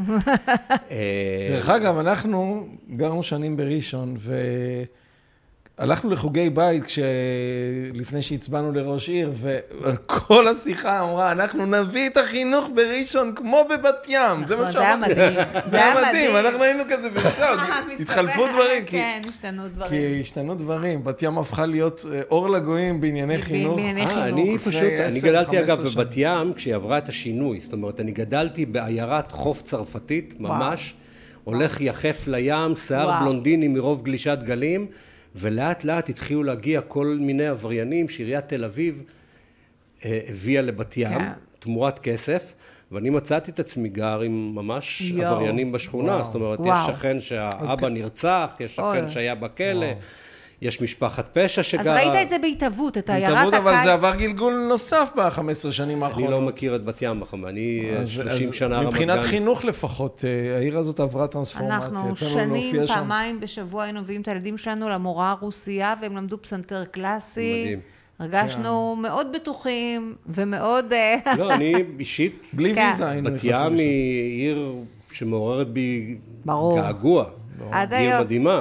דרך אגב, אנחנו גרנו שנים בראשון, והלכנו לחוגי בית לפני שהצבענו לראש עיר, וכל השיחה אמרה, אנחנו נביא את החינוך בראשון כמו בבת ים. זה מה זה היה מדהים. זה היה מדהים, אנחנו היינו כזה בשוק. התחלפו דברים. כן, השתנו דברים. כי השתנו דברים. בת ים הפכה להיות אור לגויים בענייני חינוך. בענייני חינוך. אני פשוט, אני גדלתי אגב בבת ים כשהיא עברה את השינוי. זאת אומרת, אני גדלתי בעיירת חוף צרפתית, ממש. הולך יחף לים, שיער בלונדיני מרוב גלישת גלים. ולאט לאט התחילו להגיע כל מיני עבריינים שעיריית תל אביב הביאה לבת ים, תמורת כסף, ואני מצאתי את עצמי גר עם ממש עבריינים בשכונה, זאת אומרת, יש שכן שהאבא נרצח, יש שכן שהיה בכלא, יש משפחת פשע שגרה. אז ראית את זה בהתהוות, את העיירת בהתהוות, אבל זה עבר גלגול נוסף ב-חמש עשרה שנים האחרונות. אני לא מכיר את בת ים בחמה, אני שלושים שנה רמת גן. מבחינת חינוך לפחות, העיר הזאת עברה טרנספורמציה. אנחנו שנים, פעמיים בשבוע היינו מביאים את הילדים שלנו למורה הרוסיה, והם למדו פסנתר קלאסי. מדהים. הרגשנו מאוד בטוחים ומאוד... לא, אני אישית... בלי ויזה היינו נכנסים לשם. בת ים היא עיר שמעוררת בי געגוע. עד היום. עיר מדהימה.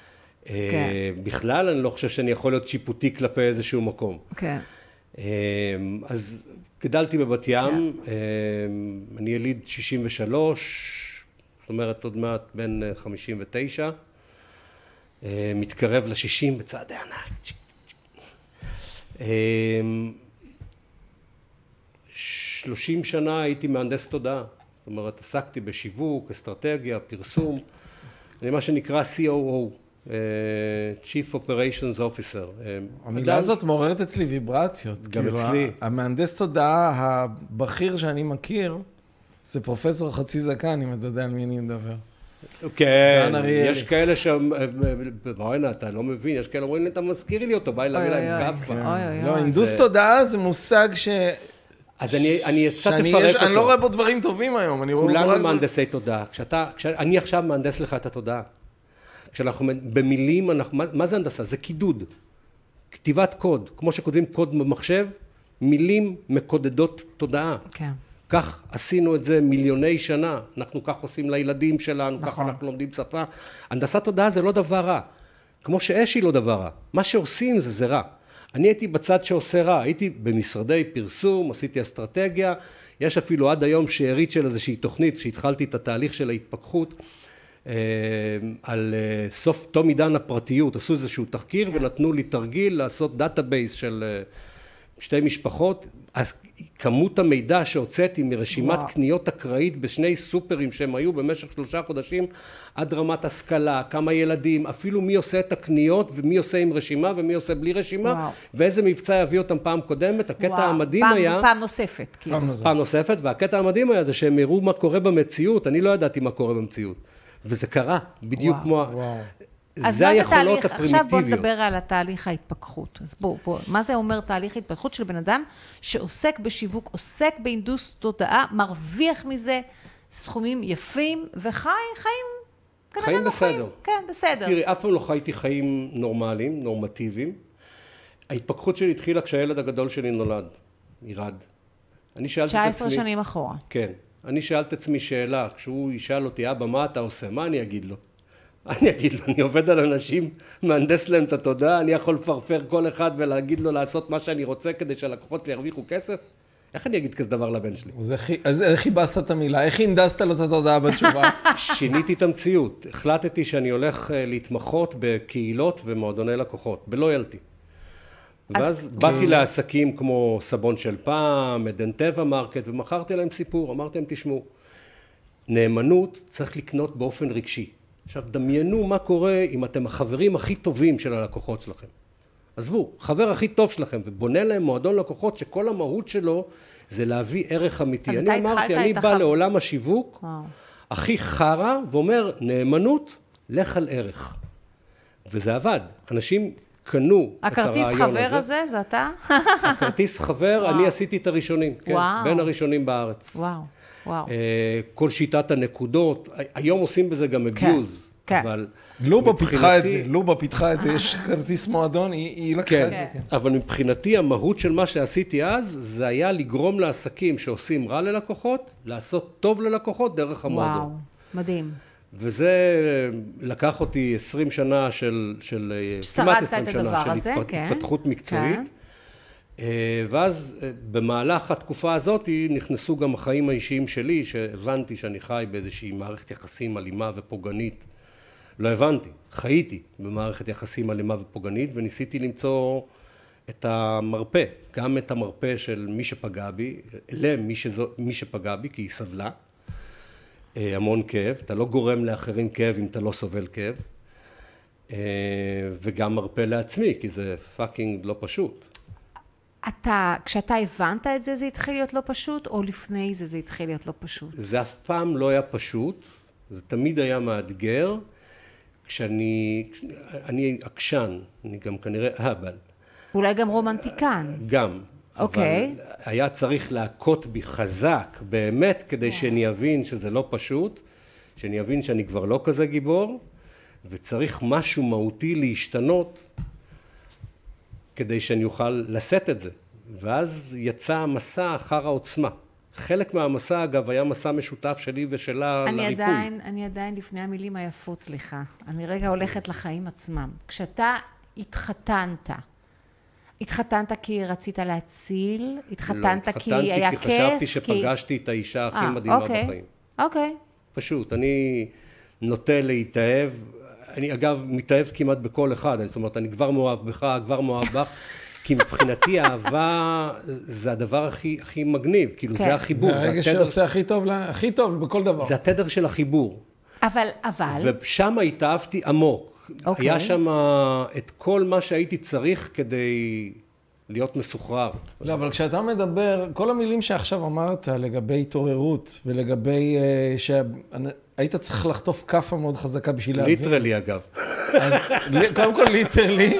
בכלל אני לא חושב שאני יכול להיות שיפוטי כלפי איזשהו מקום. כן. אז גדלתי בבת ים, אני יליד שישים ושלוש, זאת אומרת עוד מעט בין חמישים ותשע, מתקרב ל-שישים בצעדי ענק. שלושים שנה הייתי מהנדס תודעה, זאת אומרת עסקתי בשיווק, אסטרטגיה, פרסום, אני מה שנקרא סי או או. Chief Operations Officer. המילה הזאת מעוררת אצלי ויברציות. גם אצלי. המהנדס תודעה הבכיר שאני מכיר, זה פרופסור חצי זקן, אם אתה יודע על מי אני מדבר. כן, יש כאלה ש... בואי, אתה לא מבין, יש כאלה אומרים לי, אתה מזכיר לי אותו, ביי להביא להם כפה. לא, הנדוס תודעה זה מושג ש... אז אני קצת אפרק אותו. אני לא רואה בו דברים טובים היום. כולנו מהנדסי תודעה. אני עכשיו מהנדס לך את התודעה. כשאנחנו במילים, אנחנו, מה, מה זה הנדסה? זה קידוד, כתיבת קוד. כמו שכותבים קוד במחשב, מילים מקודדות תודעה. כן. כך עשינו את זה מיליוני שנה, אנחנו כך עושים לילדים שלנו, נכון. ככה אנחנו לומדים שפה. הנדסת תודעה זה לא דבר רע, כמו שאש היא לא דבר רע. מה שעושים זה זה רע. אני הייתי בצד שעושה רע, הייתי במשרדי פרסום, עשיתי אסטרטגיה, יש אפילו עד היום שארית של איזושהי תוכנית, שהתחלתי את התהליך של ההתפכחות, על סוף תום עידן הפרטיות, עשו איזשהו תחקיר ונתנו לי תרגיל לעשות דאטאבייס של שתי משפחות, אז כמות המידע שהוצאתי מרשימת וואו. קניות אקראית בשני סופרים שהם היו במשך שלושה חודשים, עד רמת השכלה, כמה ילדים, אפילו מי עושה את הקניות ומי עושה עם רשימה ומי עושה בלי רשימה, וואו. ואיזה מבצע יביא אותם פעם קודמת. הקטע וואו. המדהים פעם, היה... פעם נוספת. כאילו. פעם, פעם נוספת, והקטע המדהים היה זה שהם הראו מה קורה במציאות, אני לא ידעתי מה קורה במציאות. וזה קרה, בדיוק וואו. כמו... וואו. אז מה זה תהליך, עכשיו בוא נדבר על התהליך ההתפכחות. אז בוא, בוא, מה זה אומר תהליך ההתפכחות של בן אדם שעוסק בשיווק, עוסק באינדוס תודעה, מרוויח מזה סכומים יפים, וחי, חיים, חיים בסדר. חיים, כן, בסדר. תראי, אף פעם לא חייתי חיים נורמליים, נורמטיביים. ההתפכחות שלי התחילה כשהילד הגדול שלי נולד, ירד. אני שאלתי את עצמי... תשע עשרה שנים אחורה. כן. אני שאלתי את עצמי שאלה, כשהוא ישאל אותי, אבא, מה אתה עושה? מה אני אגיד לו? אני אגיד לו, אני עובד על אנשים, מהנדס להם את התודעה, אני יכול לפרפר כל אחד ולהגיד לו לעשות מה שאני רוצה כדי שהלקוחות ירוויחו כסף? איך אני אגיד כזה דבר לבן שלי? אז איך חיבסת את המילה? איך הנדסת לו את התודעה בתשובה? שיניתי את המציאות. החלטתי שאני הולך להתמחות בקהילות ומועדוני לקוחות, בלויאלטי. ואז באתי לעסקים כמו סבון של פעם, עדן טבע מרקט, ומכרתי להם סיפור. אמרתי להם, תשמעו, נאמנות צריך לקנות באופן רגשי. עכשיו, דמיינו מה קורה אם אתם החברים הכי טובים של הלקוחות שלכם. עזבו, חבר הכי טוב שלכם, ובונה להם מועדון לקוחות שכל המהות שלו זה להביא ערך אמיתי. אני אמרתי, אני בא לעולם השיווק, וואו. הכי חרה, ואומר, נאמנות, לך על ערך. וזה עבד. אנשים קנו את הרעיון הזה. הכרטיס חבר הזה, זה אתה? הכרטיס חבר, אני עשיתי את הראשונים, כן, בין הראשונים בארץ. וואו. וואו. כל שיטת הנקודות, היום עושים בזה גם אביוז, אבל... לובה פיתחה את זה, לובה פיתחה את זה, יש כרטיס מועדון, היא לקחה את זה. אבל מבחינתי המהות של מה שעשיתי אז, זה היה לגרום לעסקים שעושים רע ללקוחות, לעשות טוב ללקוחות דרך המועדון. וואו, מדהים. וזה לקח אותי עשרים שנה של, של כמעט עשרים שנה של התפתחות מקצועית. ואז במהלך התקופה הזאת נכנסו גם החיים האישיים שלי, שהבנתי שאני חי באיזושהי מערכת יחסים אלימה ופוגענית. לא הבנתי, חייתי במערכת יחסים אלימה ופוגענית, וניסיתי למצוא את המרפא, גם את המרפא של מי שפגע בי, למי שזו, מי שפגע בי, כי היא סבלה, המון כאב, אתה לא גורם לאחרים כאב אם אתה לא סובל כאב, וגם מרפא לעצמי, כי זה פאקינג לא פשוט. אתה, כשאתה הבנת את זה, זה התחיל להיות לא פשוט, או לפני זה זה התחיל להיות לא פשוט? זה אף פעם לא היה פשוט, זה תמיד היה מאתגר, כשאני, אני עקשן, אני גם כנראה אהבל. אולי גם רומנטיקן. גם. אוקיי. אבל היה צריך להכות בי חזק, באמת, כדי שאני אבין שזה לא פשוט, שאני אבין שאני כבר לא כזה גיבור, וצריך משהו מהותי להשתנות, כדי שאני אוכל לשאת את זה. ואז יצא המסע אחר העוצמה. חלק מהמסע, אגב, היה מסע משותף שלי ושלה אני לריפוי. עדיין, אני עדיין לפני המילים היפות, סליחה. אני רגע הולכת לחיים עצמם. כשאתה התחתנת, התחתנת כי רצית להציל? התחתנת לא, כי היה כיף? כי חשבתי שפגשתי כי... את האישה הכי 아, מדהימה אוקיי, בחיים. אוקיי. פשוט, אני נוטה להתאהב. אני אגב מתאהב כמעט בכל אחד, זאת אומרת, אני כבר מאוהב בך, כבר מאוהב בך, כי מבחינתי האהבה זה הדבר הכי, הכי מגניב, כאילו כן. זה החיבור. זה הרגע התדר... שעושה הכי טוב, לה... הכי טוב בכל דבר. זה התדר של החיבור. אבל, אבל... ושם התאהבתי עמוק. אוקיי. היה שם את כל מה שהייתי צריך כדי להיות מסוחרר. לא, אבל כשאתה מדבר, כל המילים שעכשיו אמרת לגבי התעוררות ולגבי uh, שהיית צריך לחטוף כפה מאוד חזקה בשביל להבין. ליטרלי אגב. אז קודם כל ליטרלי,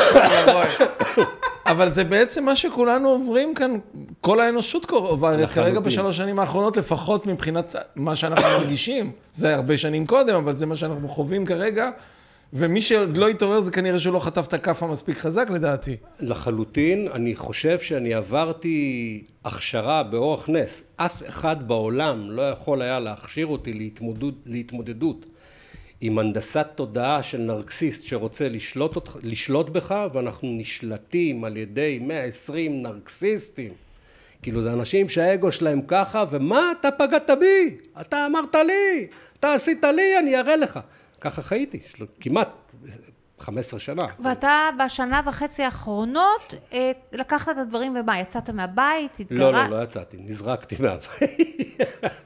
אבל זה בעצם מה שכולנו עוברים כאן, כל האנושות עוברת כרגע בשלוש שנים האחרונות, לפחות מבחינת מה שאנחנו מרגישים. זה הרבה שנים קודם, אבל זה מה שאנחנו חווים כרגע, ומי שעוד לא התעורר זה כנראה שלא חטף את הכף המספיק חזק לדעתי. לחלוטין, אני חושב שאני עברתי הכשרה באורח נס. אף אחד בעולם לא יכול היה להכשיר אותי להתמודדות, להתמודדות עם הנדסת תודעה של נרקסיסט שרוצה לשלוט, אותך, לשלוט בך, ואנחנו נשלטים על ידי מאה ועשרים נרקסיסטים. כאילו זה אנשים שהאגו שלהם ככה, ומה אתה פגעת בי? אתה אמרת לי, אתה עשית לי, אני אראה לך. ככה חייתי, של... כמעט חמש עשרה שנה. ואתה בשנה וחצי האחרונות לקחת את הדברים ומה, יצאת מהבית? התגרה... לא, לא, לא יצאתי, נזרקתי מהבית.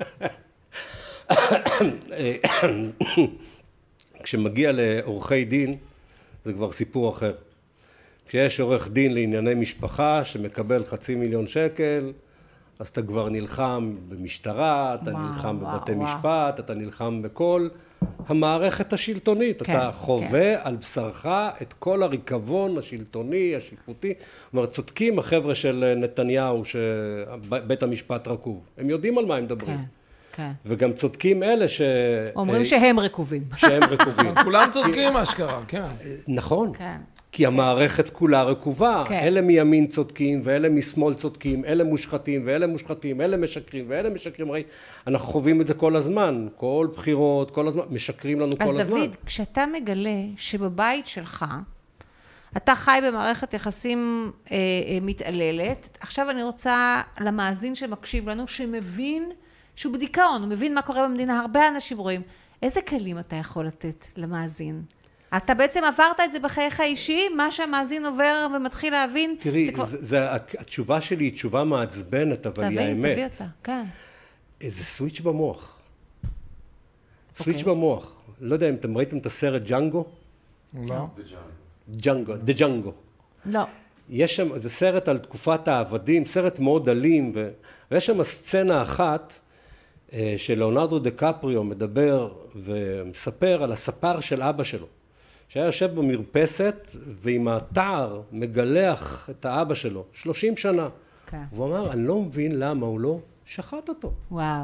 כשמגיע לעורכי דין, זה כבר סיפור אחר. כשיש עורך דין לענייני משפחה שמקבל חצי מיליון שקל, אז אתה כבר נלחם במשטרה, אתה וואו, נלחם וואו, בבתי וואו. משפט, אתה נלחם בכל המערכת השלטונית. כן, אתה חווה כן. על בשרך את כל הריקבון השלטוני, השיפוטי. זאת אומרת, צודקים החבר'ה של נתניהו, שבית המשפט רקוב. הם יודעים על מה הם מדברים. כן. כן. וגם צודקים אלה ש... אומרים שהם רקובים. שהם רקובים. כולם צודקים אשכרה, כן. נכון. כן. כי המערכת כולה רקובה. כן. אלה מימין צודקים, ואלה משמאל צודקים, אלה מושחתים, ואלה מושחתים, אלה משקרים, ואלה משקרים. הרי אנחנו חווים את זה כל הזמן. כל בחירות, כל הזמן, משקרים לנו כל הזמן. אז דוד, כשאתה מגלה שבבית שלך, אתה חי במערכת יחסים אה, אה, מתעללת, עכשיו אני רוצה למאזין שמקשיב לנו, שמבין... שהוא בדיכאון, הוא מבין מה קורה במדינה, הרבה אנשים רואים. איזה כלים אתה יכול לתת למאזין? אתה בעצם עברת את זה בחייך האישיים, מה שהמאזין עובר ומתחיל להבין. תראי, זה כבר... זה, זה, התשובה שלי היא תשובה מעצבנת, אבל תביא, היא האמת. תביא אותה, כן. זה סוויץ' במוח. סוויץ' okay. במוח. לא יודע אם אתם ראיתם את הסרט ג'אנגו? לא. ג'אנגו, דה ג'אנגו. לא. יש שם, זה סרט על תקופת העבדים, סרט מאוד אלים, ו... ויש שם סצנה אחת, שלאונרדו דקפריו מדבר ומספר על הספר של אבא שלו, שהיה יושב במרפסת ועם התער מגלח את האבא שלו, שלושים שנה. כן. והוא אמר, אני לא מבין למה הוא לא שחט אותו. וואו.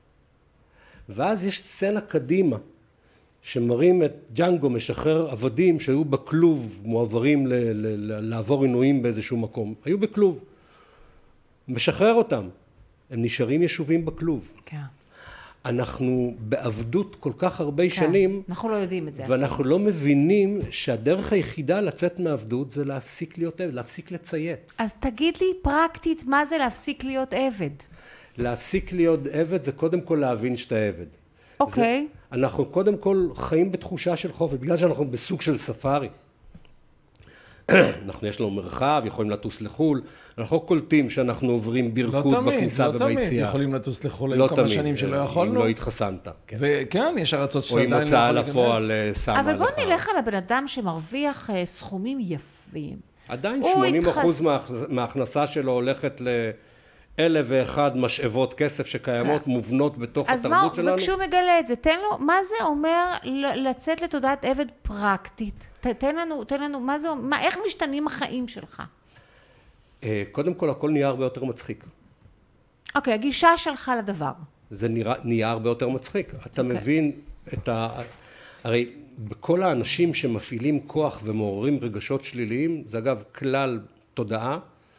ואז יש סצנה קדימה, שמראים את ג'אנגו משחרר עבדים שהיו בכלוב, מועברים ל- ל- ל- לעבור עינויים באיזשהו מקום. היו בכלוב. משחרר אותם. הם נשארים יישובים בכלוב. כן. אנחנו בעבדות כל כך הרבה כן. שנים. אנחנו לא יודעים את זה. ואנחנו לא מבינים שהדרך היחידה לצאת מעבדות זה להפסיק להיות עבד, להפסיק לציית. אז תגיד לי פרקטית, מה זה להפסיק להיות עבד? להפסיק להיות עבד זה קודם כל להבין שאתה עבד. אוקיי. זה, אנחנו קודם כל חיים בתחושה של חופש, בגלל שאנחנו בסוג של ספארי. אנחנו יש לנו מרחב, יכולים לטוס לחול, אנחנו קולטים שאנחנו עוברים בירקות לא בכניסה וביציאה. וביציאה. לא תמיד יכולים לטוס לחול, לא היו כמה שנים שלא יכולנו. אם לא התחסנת. כן. וכן, יש ארצות שאתה עדיין לא יכול להיכנס. או אם הוצאה לפועל שמה לך. אבל בוא נלך על הבן אדם שמרוויח סכומים יפים. עדיין שמונים אחוז מההכנסה שלו הולכת לאלף ואחד משאבות כסף שקיימות, מובנות בתוך התרבות שלנו. אז וכשהוא מגלה את זה, תן לו, מה זה אומר לצאת לתודעת עבד פרקטית? תן לנו, תן לנו, מה זה, מה, איך משתנים החיים שלך? קודם כל, הכל נהיה הרבה יותר מצחיק. אוקיי, הגישה שלך לדבר. זה נראה, נהיה הרבה יותר מצחיק. אתה מבין את ה... הרי בכל האנשים שמפעילים כוח ומעוררים רגשות שליליים, זה אגב כלל תודעה,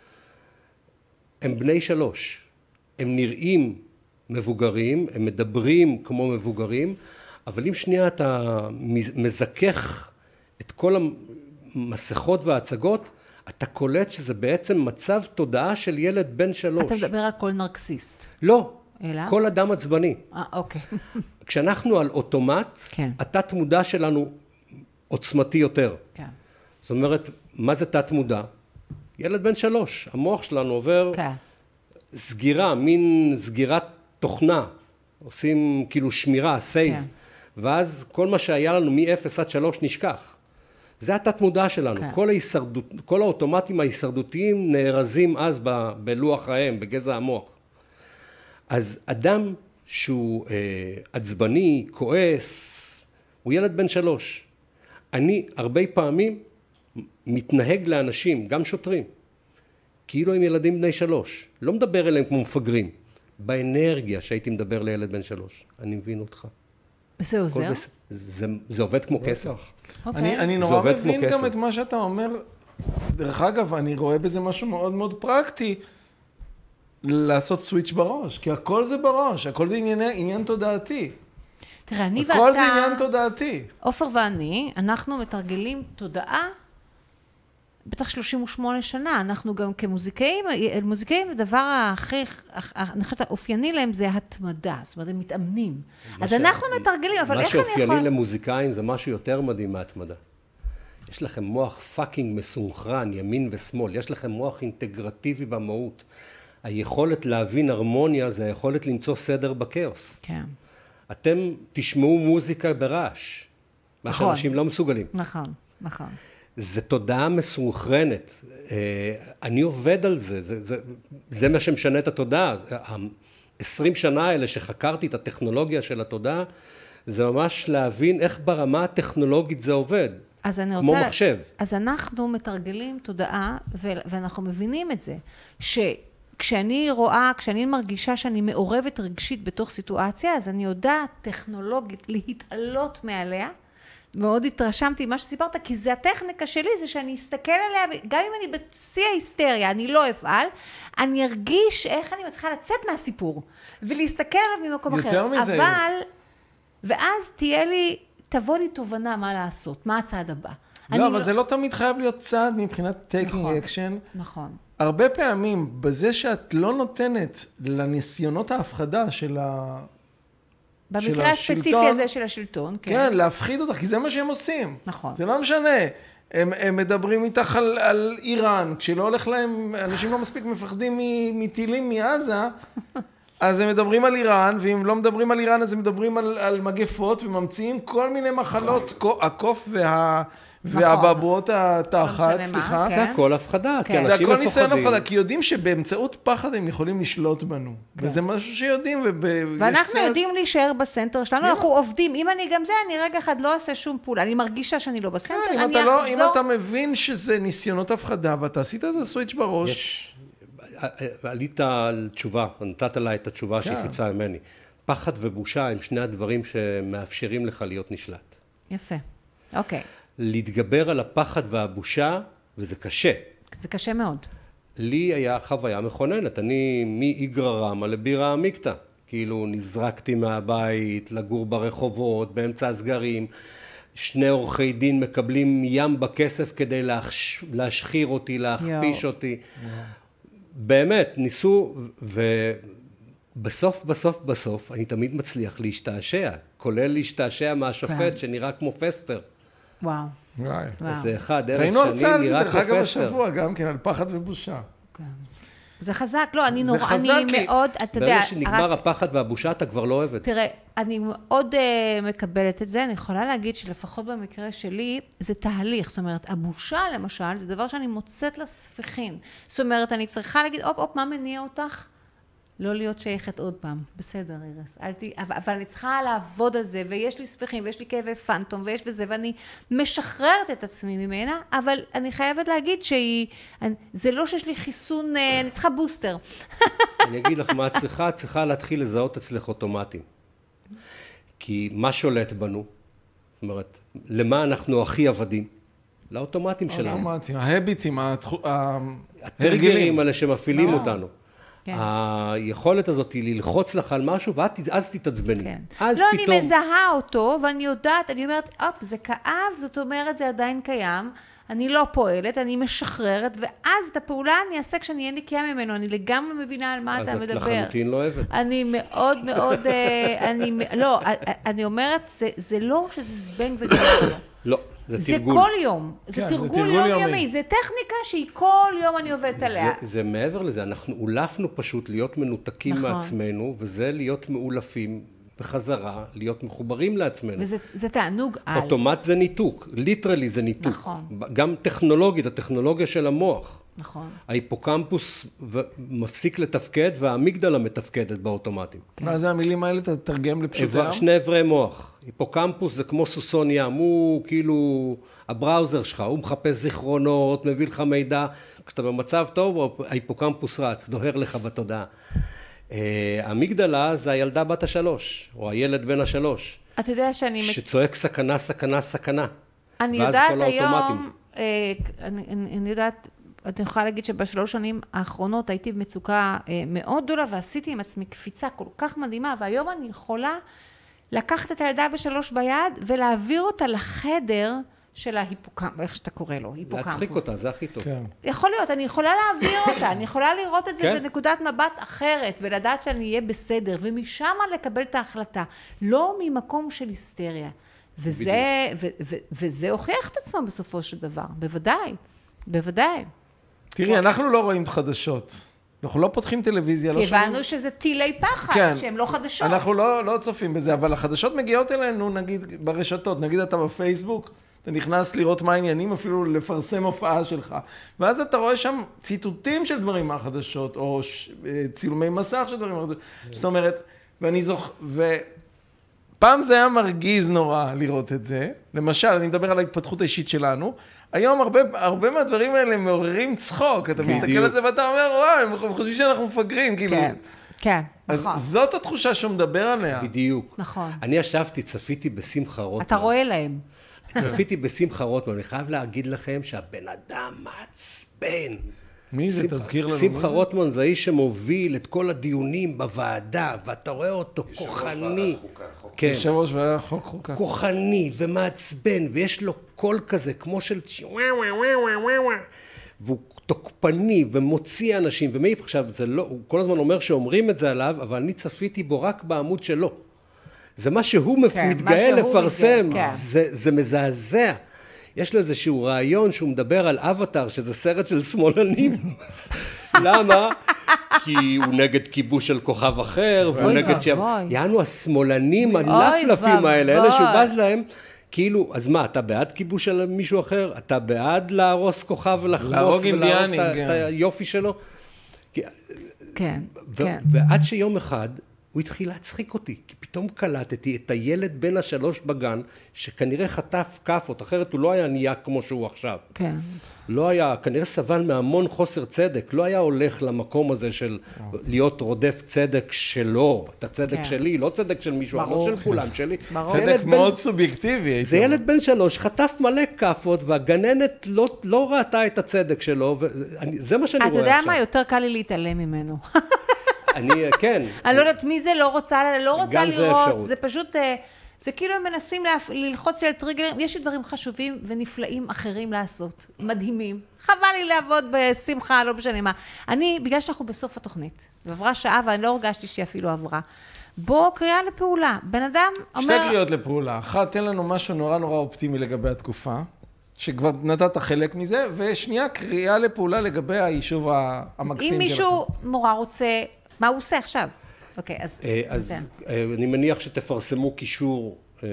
הם בני שלוש. הם נראים מבוגרים, הם מדברים כמו מבוגרים, אבל אם שנייה אתה מזכך את כל המסכות וההצגות, אתה קולט שזה בעצם מצב תודעה של ילד בן שלוש. אתה מדבר על כל נרקסיסט. לא, אלא? כל אדם עצבני. אה, אוקיי. כשאנחנו על אוטומט, כן. התת מודע שלנו עוצמתי יותר. כן. זאת אומרת, מה זה תת מודע? ילד בן שלוש, המוח שלנו עובר כן. סגירה, מין סגירת תוכנה. עושים כאילו שמירה, סייב. כן. ואז כל מה שהיה לנו מ-אפס עד שלוש נשכח. זה התת מודע שלנו. כן. כל ההישרדות, כל האוטומטים ההישרדותיים נארזים אז ב, בלוח האם, בגזע המוח. אז אדם שהוא אה, עצבני, כועס, הוא ילד בן שלוש. אני הרבה פעמים מתנהג לאנשים, גם שוטרים, כאילו הם ילדים בני שלוש. לא מדבר אליהם כמו מפגרים. באנרגיה שהייתי מדבר לילד בן שלוש. אני מבין אותך. זה עוזר? בס... זה, זה עובד כמו כסף. אוקיי. אני, אני זה נורא עובד מבין כמו גם קסם. את מה שאתה אומר. דרך אגב, אני רואה בזה משהו מאוד מאוד פרקטי, לעשות סוויץ' בראש, כי הכל זה בראש, הכל זה עניין, עניין תודעתי. תראה, אני הכל ואתה, זה עניין תודעתי. עופר ואני, אנחנו מתרגלים תודעה, בטח שלושים ושמונה שנה, אנחנו גם כמוזיקאים, מוזיקאים, הדבר הכי, אני חושבת, האופייני להם זה התמדה, זאת אומרת, הם מתאמנים. אז ש... אנחנו מתרגלים, אבל איך אני יכול... מה שאופייני למוזיקאים זה משהו יותר מדהים מהתמדה. יש לכם מוח פאקינג מסונכרן, ימין ושמאל, יש לכם מוח אינטגרטיבי במהות. היכולת להבין הרמוניה זה היכולת למצוא סדר בכאוס. כן. אתם תשמעו מוזיקה ברעש, מה נכון. שאנשים לא מסוגלים. נכון, נכון. זה תודעה מסונכרנת. אני עובד על זה, זה, זה, זה מה שמשנה את התודעה. עשרים שנה האלה שחקרתי את הטכנולוגיה של התודעה, זה ממש להבין איך ברמה הטכנולוגית זה עובד. אז אני כמו רוצה... מחשב. אז אנחנו מתרגלים תודעה, ו... ואנחנו מבינים את זה, שכשאני רואה, כשאני מרגישה שאני מעורבת רגשית בתוך סיטואציה, אז אני יודעת טכנולוגית להתעלות מעליה, מאוד התרשמתי מה שסיפרת, כי זה הטכניקה שלי, זה שאני אסתכל עליה, גם אם אני בשיא ההיסטריה, אני לא אפעל, אני ארגיש איך אני מתחילה לצאת מהסיפור, ולהסתכל עליו ממקום אחר. יותר מזה. אבל, ואז תהיה לי, תבוא לי תובנה מה לעשות, מה הצעד הבא. לא, אבל זה לא תמיד חייב להיות צעד מבחינת taking action. נכון. הרבה פעמים, בזה שאת לא נותנת לניסיונות ההפחדה של ה... במקרה הספציפי הזה של השלטון, כן. כן, להפחיד אותך, כי זה מה שהם עושים. נכון. זה לא משנה. הם, הם מדברים איתך על, על איראן, כשלא הולך להם, אנשים לא מספיק מפחדים מטילים מעזה, אז הם מדברים על איראן, ואם לא מדברים על איראן, אז הם מדברים על, על מגפות, וממציאים כל מיני מחלות, הקוף וה... והבבואות התחת, סליחה. זה הכל הפחדה, כי אנשים זה מפוחדים. הכל ניסיון הפחדה, כי יודעים שבאמצעות פחד הם יכולים לשלוט בנו. וזה משהו שיודעים. ואנחנו יודעים להישאר בסנטר שלנו, אנחנו עובדים. אם אני גם זה, אני רגע אחד לא אעשה שום פעולה. אני מרגישה שאני לא בסנטר, אני אחזור. אם אתה מבין שזה ניסיונות הפחדה, ואתה עשית את הסוויץ' בראש. עלית על תשובה, נתת לה את התשובה שהיא חיפשה ממני. פחד ובושה הם שני הדברים שמאפשרים לך להיות נשלט. יפה, אוקיי. להתגבר על הפחד והבושה, וזה קשה. זה קשה מאוד. לי היה חוויה מכוננת. אני מאיגרא רמא לבירא עמיקתא. כאילו נזרקתי מהבית, לגור ברחובות, באמצע הסגרים. שני עורכי דין מקבלים ים בכסף כדי להש... להשחיר אותי, להכפיש אותי. באמת, ניסו, ובסוף, בסוף, בסוף, אני תמיד מצליח להשתעשע. כולל להשתעשע מהשופט שנראה כמו פסטר. וואו. זה אחד, ערב ראינו שני, הרצאה על זה נראה דרך כמו אגב פסטר. השבוע גם כן, על פחד ובושה. זה חזק, לא, אני נורא, חזק אני כי- מאוד, אתה יודע, ברגע שנגמר הפחד והבושה, אתה כבר לא אוהבת. תראה, אני מאוד uh, מקבלת את זה, אני יכולה להגיד שלפחות במקרה שלי, זה תהליך, זאת אומרת, הבושה למשל, זה דבר שאני מוצאת לספיחין. זאת אומרת, אני צריכה להגיד, אופ, אופ, מה מניע אותך? לא להיות שייכת עוד פעם. בסדר, אירס. אל ת... אבל, אבל אני צריכה לעבוד על זה, ויש לי ספיחים, ויש לי כאבי פנטום, ויש בזה, ואני משחררת את עצמי ממנה, אבל אני חייבת להגיד שהיא, אני, זה לא שיש לי חיסון, אני צריכה בוסטר. אני אגיד לך מה את צריכה, את צריכה להתחיל לזהות אצלך אוטומטים. כי מה שולט בנו? זאת אומרת, למה אנחנו הכי עבדים? לאוטומטים שלנו. אוטומטים, ההביטים, הטריגרים האלה שמפעילים ברור. אותנו. כן. היכולת הזאת היא ללחוץ לך על משהו, ואז תתעצבני. כן. אז לא, פתאום... אני מזהה אותו, ואני יודעת, אני אומרת, אופ, זה כאב, זאת אומרת, זה עדיין קיים, אני לא פועלת, אני משחררת, ואז את הפעולה אני אעשה כשאני אהיה נקייה ממנו, אני לגמרי מבינה על מה אתה מדבר. אז את לחלוטין לא אוהבת. אני מאוד מאוד, אה, אני, לא, אני אומרת, זה, זה לא שזה זבנג וגמר. לא, זה זה תרגול. כל יום, זה כן, זה תרגול תרגול יום יומי. יומי, זה טכניקה שהיא כל יום אני עובדת עליה. זה, זה מעבר לזה, אנחנו אולפנו פשוט להיות מנותקים נכון. מעצמנו, וזה להיות מאולפים בחזרה, להיות מחוברים לעצמנו. וזה זה תענוג על. אוטומט זה ניתוק, ליטרלי זה ניתוק. נכון. גם טכנולוגית, הטכנולוגיה של המוח. נכון. ההיפוקמפוס מפסיק לתפקד והאמיגדלה מתפקדת באוטומטים. מה זה המילים האלה? אתה תתרגם לפשוטם? איבר- שני אברי מוח. היפוקמפוס זה כמו סוסון ים, הוא כאילו הבראוזר שלך, הוא מחפש זיכרונות, מביא לך מידע. כשאתה במצב טוב, ההיפוקמפוס רץ, דוהר לך בתודעה. האמיגדלה זה הילדה בת השלוש, או הילד בן השלוש. אתה יודע שאני... שצועק סכנה, סכנה, סכנה. אני יודעת היום, אה, אני, אני, אני יודעת, אני יכולה להגיד שבשלוש שנים האחרונות הייתי במצוקה אה, מאוד גדולה, ועשיתי עם עצמי קפיצה כל כך מדהימה, והיום אני יכולה לקחת את הילדה בשלוש ביד, ולהעביר אותה לחדר של ההיפוקמפוס, איך שאתה קורא לו, היפוקמפוס. להצחיק אותה, זה הכי טוב. כן. יכול להיות, אני יכולה להעביר אותה, אני יכולה לראות את זה כן. בנקודת מבט אחרת, ולדעת שאני אהיה בסדר, ומשם לקבל את ההחלטה, לא ממקום של היסטריה. וזה, ו- ו- וזה הוכיח את עצמו בסופו של דבר, בוודאי, בוודאי. תראי, אנחנו לא רואים חדשות. אנחנו לא פותחים טלוויזיה, לא כי שומעים... הבנו שזה טילי פחד, כן. שהם לא חדשות. אנחנו לא, לא צופים בזה, אבל החדשות מגיעות אלינו, נגיד, ברשתות. נגיד אתה בפייסבוק, אתה נכנס לראות מה העניינים, אפילו לפרסם הופעה שלך. ואז אתה רואה שם ציטוטים של דברים מהחדשות, או ש... צילומי מסך של דברים מהחדשות. זאת אומרת, ואני זוכ... ו... פעם זה היה מרגיז נורא לראות את זה. למשל, אני מדבר על ההתפתחות האישית שלנו. היום הרבה, הרבה מהדברים האלה מעוררים צחוק. אתה מסתכל בדיוק. על זה ואתה אומר, וואי, הם חושבים שאנחנו מפגרים, כאילו. כן, כן, אז נכון. זאת התחושה שהוא מדבר עליה. בדיוק. נכון. אני ישבתי, צפיתי בשמחה רוטמן. אתה רואה להם. צפיתי בשמחה רוטמן, אני חייב להגיד לכם שהבן אדם מעצבן. מי זה? שמחה- תזכיר לנו. מי שמחה זה? רוטמן זה האיש שמוביל את כל הדיונים בוועדה, ואתה רואה אותו כוחני. כן, יושב ראש והיה חוק חוקה. כוחני ומעצבן, ויש לו קול כזה, כמו של... והוא תוקפני ומוציא אנשים ומעיף. עכשיו, זה לא, הוא כל הזמן אומר שאומרים את זה עליו, אבל אני צפיתי בו רק בעמוד שלו. זה מה שהוא כן, מתגאה מה שהוא לפרסם, מתגאה, כן. זה, זה מזעזע. יש לו איזשהו רעיון שהוא מדבר על אבטר, שזה סרט של שמאלנים. למה? כי הוא נגד כיבוש של כוכב אחר, והוא אוי נגד שם... ואבוי. יענו השמאלנים הלפלפים האלה, אלה שהוא ואבוי. בז להם, כאילו, אז מה, אתה בעד כיבוש של מישהו אחר? אתה בעד להרוס כוכב ולחמוס להרוג ולהרוג אינדיאנים, את ה- כן. את היופי שלו? כי- כן, ו- כן. ועד שיום אחד הוא התחיל להצחיק אותי, כי פתאום קלטתי את הילד בן השלוש בגן, שכנראה חטף כאפות, אחרת הוא לא היה נהיה כמו שהוא עכשיו. כן. לא היה, כנראה סבל מהמון חוסר צדק, לא היה הולך למקום הזה של להיות רודף צדק שלו, את הצדק כן. שלי, לא צדק של מישהו, ברור. לא של כולם, שלי. ברור. זה ילד צדק בן- מאוד סובייקטיבי. הייתי זה אומר. ילד בן שלוש, חטף מלא כאפות, והגננת לא, לא ראתה את הצדק שלו, וזה מה שאני אתה רואה יודע עכשיו. מה? יותר קל לי להתעלם ממנו. אני, כן. אני לא יודעת מי זה, לא רוצה, לא רוצה גם זה לראות, אפשרות. זה פשוט, אה, זה כאילו הם מנסים להפ... ללחוץ לי על טריגרים, יש לי דברים חשובים ונפלאים אחרים לעשות, מדהימים. חבל לי לעבוד בשמחה, לא משנה מה. אני, בגלל שאנחנו בסוף התוכנית, ועברה שעה ואני לא הרגשתי שהיא אפילו עברה, בוא קריאה לפעולה. בן אדם אומר... שתי קריאות לפעולה. אחת, תן לנו משהו נורא נורא אופטימי לגבי התקופה, שכבר נתת חלק מזה, ושנייה, קריאה לפעולה לגבי היישוב ה- המקסים אם שלכם. מישהו נורא רוצה, מה הוא עושה עכשיו? אוקיי, אז... אה, אז ניתן. אה, אני מניח שתפרסמו קישור. אה,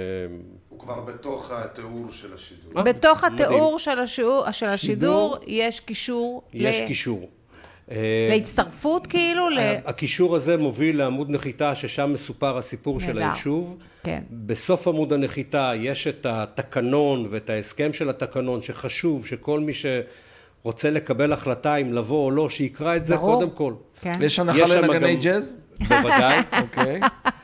הוא כבר בתוך התיאור של השידור. אה, בתוך מדהים. התיאור של השיעור, של השידור, יש קישור יש ל- קישור. אה, להצטרפות כאילו, ל... הקישור הזה מוביל לעמוד נחיתה ששם מסופר הסיפור של נהדר. היישוב. כן. בסוף עמוד הנחיתה יש את התקנון ואת ההסכם של התקנון, שחשוב שכל מי שרוצה לקבל החלטה אם לבוא או לא, שיקרא את זה ברור. קודם כל. כן. יש הנחה יש שם לנגני גם- ג'אז? בוודאי, אוקיי.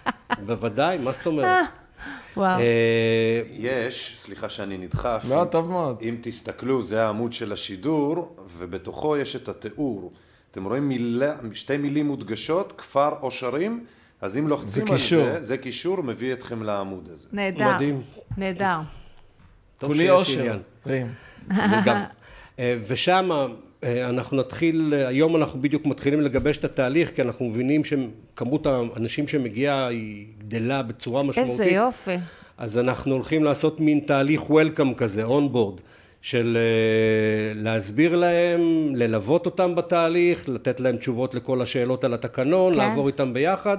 בוודאי, מה זאת אומרת? וואו. אה, יש, סליחה שאני נדחף. לא, טוב מאוד. אם תסתכלו, זה העמוד של השידור, ובתוכו יש את התיאור. אתם רואים מילה, שתי מילים מודגשות, כפר אושרים, אז אם לוחצים על קישור. זה, זה קישור, מביא אתכם לעמוד הזה. נהדר. מדהים. נהדר. טוב כולי שיש אושר. עניין. רים. וגם. אה, ושם אה, אנחנו נתחיל, אה, היום אנחנו בדיוק מתחילים לגבש את התהליך, כי אנחנו מבינים שכמות האנשים שמגיעה היא גדלה בצורה משמעותית. איזה יופי. אז אנחנו הולכים לעשות מין תהליך וולקאם כזה, אונבורד, של אה, להסביר להם, ללוות אותם בתהליך, לתת להם תשובות לכל השאלות על התקנון, כן. לעבור איתם ביחד,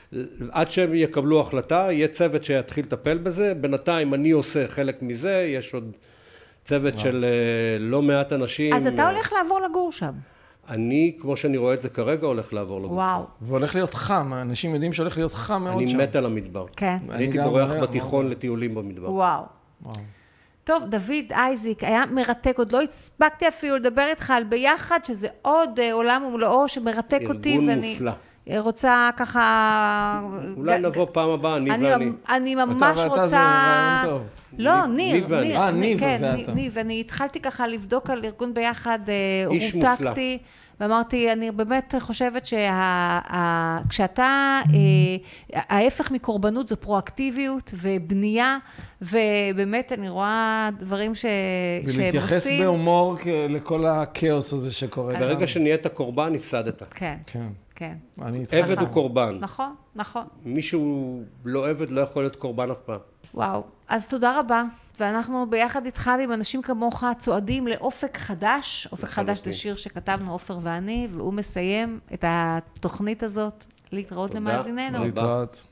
עד שהם יקבלו החלטה, יהיה צוות שיתחיל לטפל בזה, בינתיים אני עושה חלק מזה, יש עוד צוות של אה, לא מעט אנשים. אז אתה הולך לעבור לגור שם. אני, כמו שאני רואה את זה כרגע, הולך לעבור לגור. וואו. והולך להיות חם, האנשים יודעים שהולך להיות חם מאוד אני שם. מת על המדבר. כן. אני הייתי גם בורח מאוד בתיכון מאוד. לטיולים במדבר. וואו. וואו. טוב, דוד אייזיק, היה מרתק, עוד לא הספקתי אפילו לדבר איתך על ביחד, שזה עוד אה, עולם ומלואו שמרתק אותי. ארגון ואני... מופלא. רוצה ככה... אולי נבוא פעם הבאה, ניב אני, ואני. אני ממש אתה רוצה... ואתה זה רעיון טוב. לא, ניב- ניר. ניב ואני. ניר, אה, ניב כן, ואתה. ניב, אני התחלתי ככה לבדוק על ארגון ביחד, איש מופלא. הותקתי, ואמרתי, אני באמת חושבת שכשאתה, ההפך מקורבנות זה פרואקטיביות ובנייה, ובאמת אני רואה דברים ש- שהם עושים. ולהתייחס בהומור כ- לכל הכאוס הזה שקורה. ברגע כאן. שנהיית קורבן, הפסדת. כן, כן, כן. אני איתך. עבד הוא קורבן. נכון, נכון. מישהו לא עבד לא יכול להיות קורבן אף פעם. וואו, אז תודה רבה, ואנחנו ביחד איתך ועם אנשים כמוך צועדים לאופק חדש. אופק חדש זה שיר שכתבנו עופר ואני, והוא מסיים את התוכנית הזאת. להתראות תודה. למאזיננו. להתראות.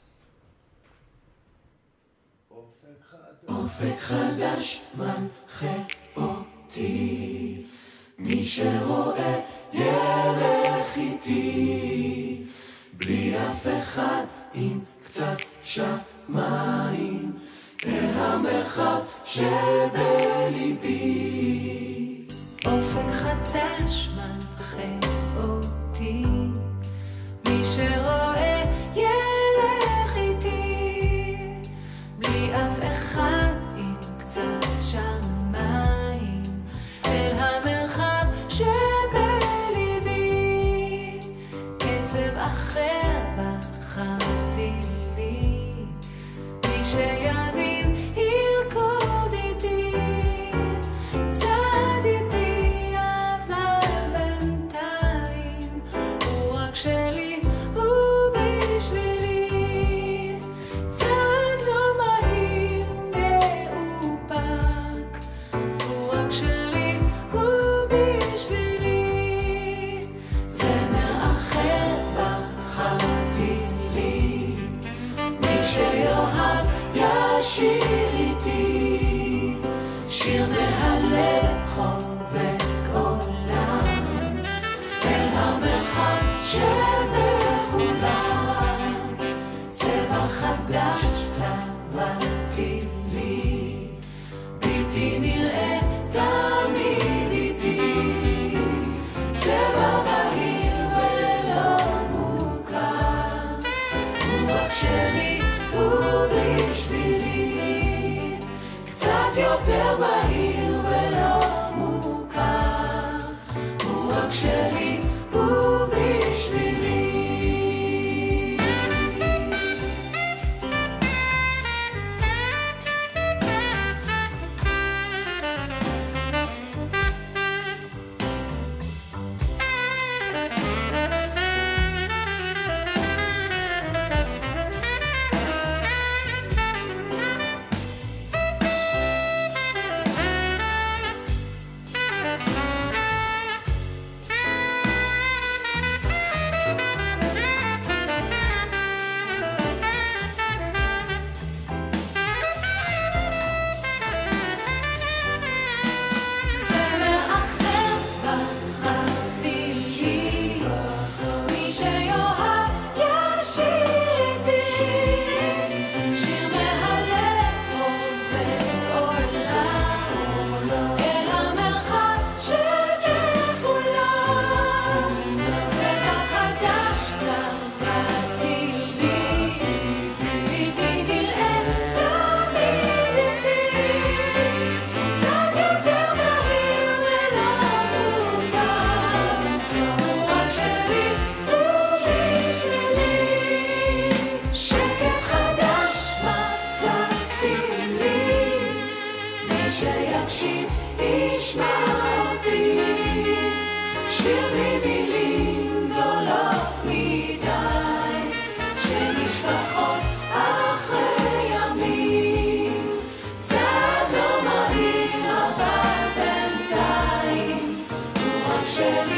אופק חדש מנחה אותי, מי שרואה ילך איתי, בלי אף אחד עם קצת שמיים, אל המרחב שבליבי. אופק חדש מנחה אותי, מי שרואה ילך איתי, בלי אף אחד עם קצת שמיים, אל המרחב שבליבי. קצב אחר בחרתי לי, מי שיבין ירקוד איתי, צעד איתי, אבל בינתיים הוא רק שלי, הוא בשבילי. צעד לא מהיר מאופק, הוא רק שלי, הוא בשבילי. זמר אחר בחרתי לי, מי שיאהב ישיר איתי, שיר מהלב חובק עולם, אל המרחב שבכולם. צבע חדש צבעתי לי, בלתי נראה תמיד איתי, צבע בהיר ולא מוכר, הוא רק שלי, הוא בשבילי. קצת יותר בהיר ולא מוכר, הוא רק שלי, הוא בשבילי. זמר אחר בחרתי לי, מי שיאהב ישיר איתי, שיר מהלב חובק עולם, אל המרחב שבכולם. צבע חדש צבעתי לי, בלתי נראה תמיד איתי, קצת יותר מהיר ולא מוכר, הוא רק שלי, הוא בשבילי. שקט חדש מצאתי לי, מי שיקשיב ישמע אותי, שיר בלי מילים גדולות מדי, שנשכחות אחרי ימים. צעד לא מהיר אבל בינתיים הוא רק שלי,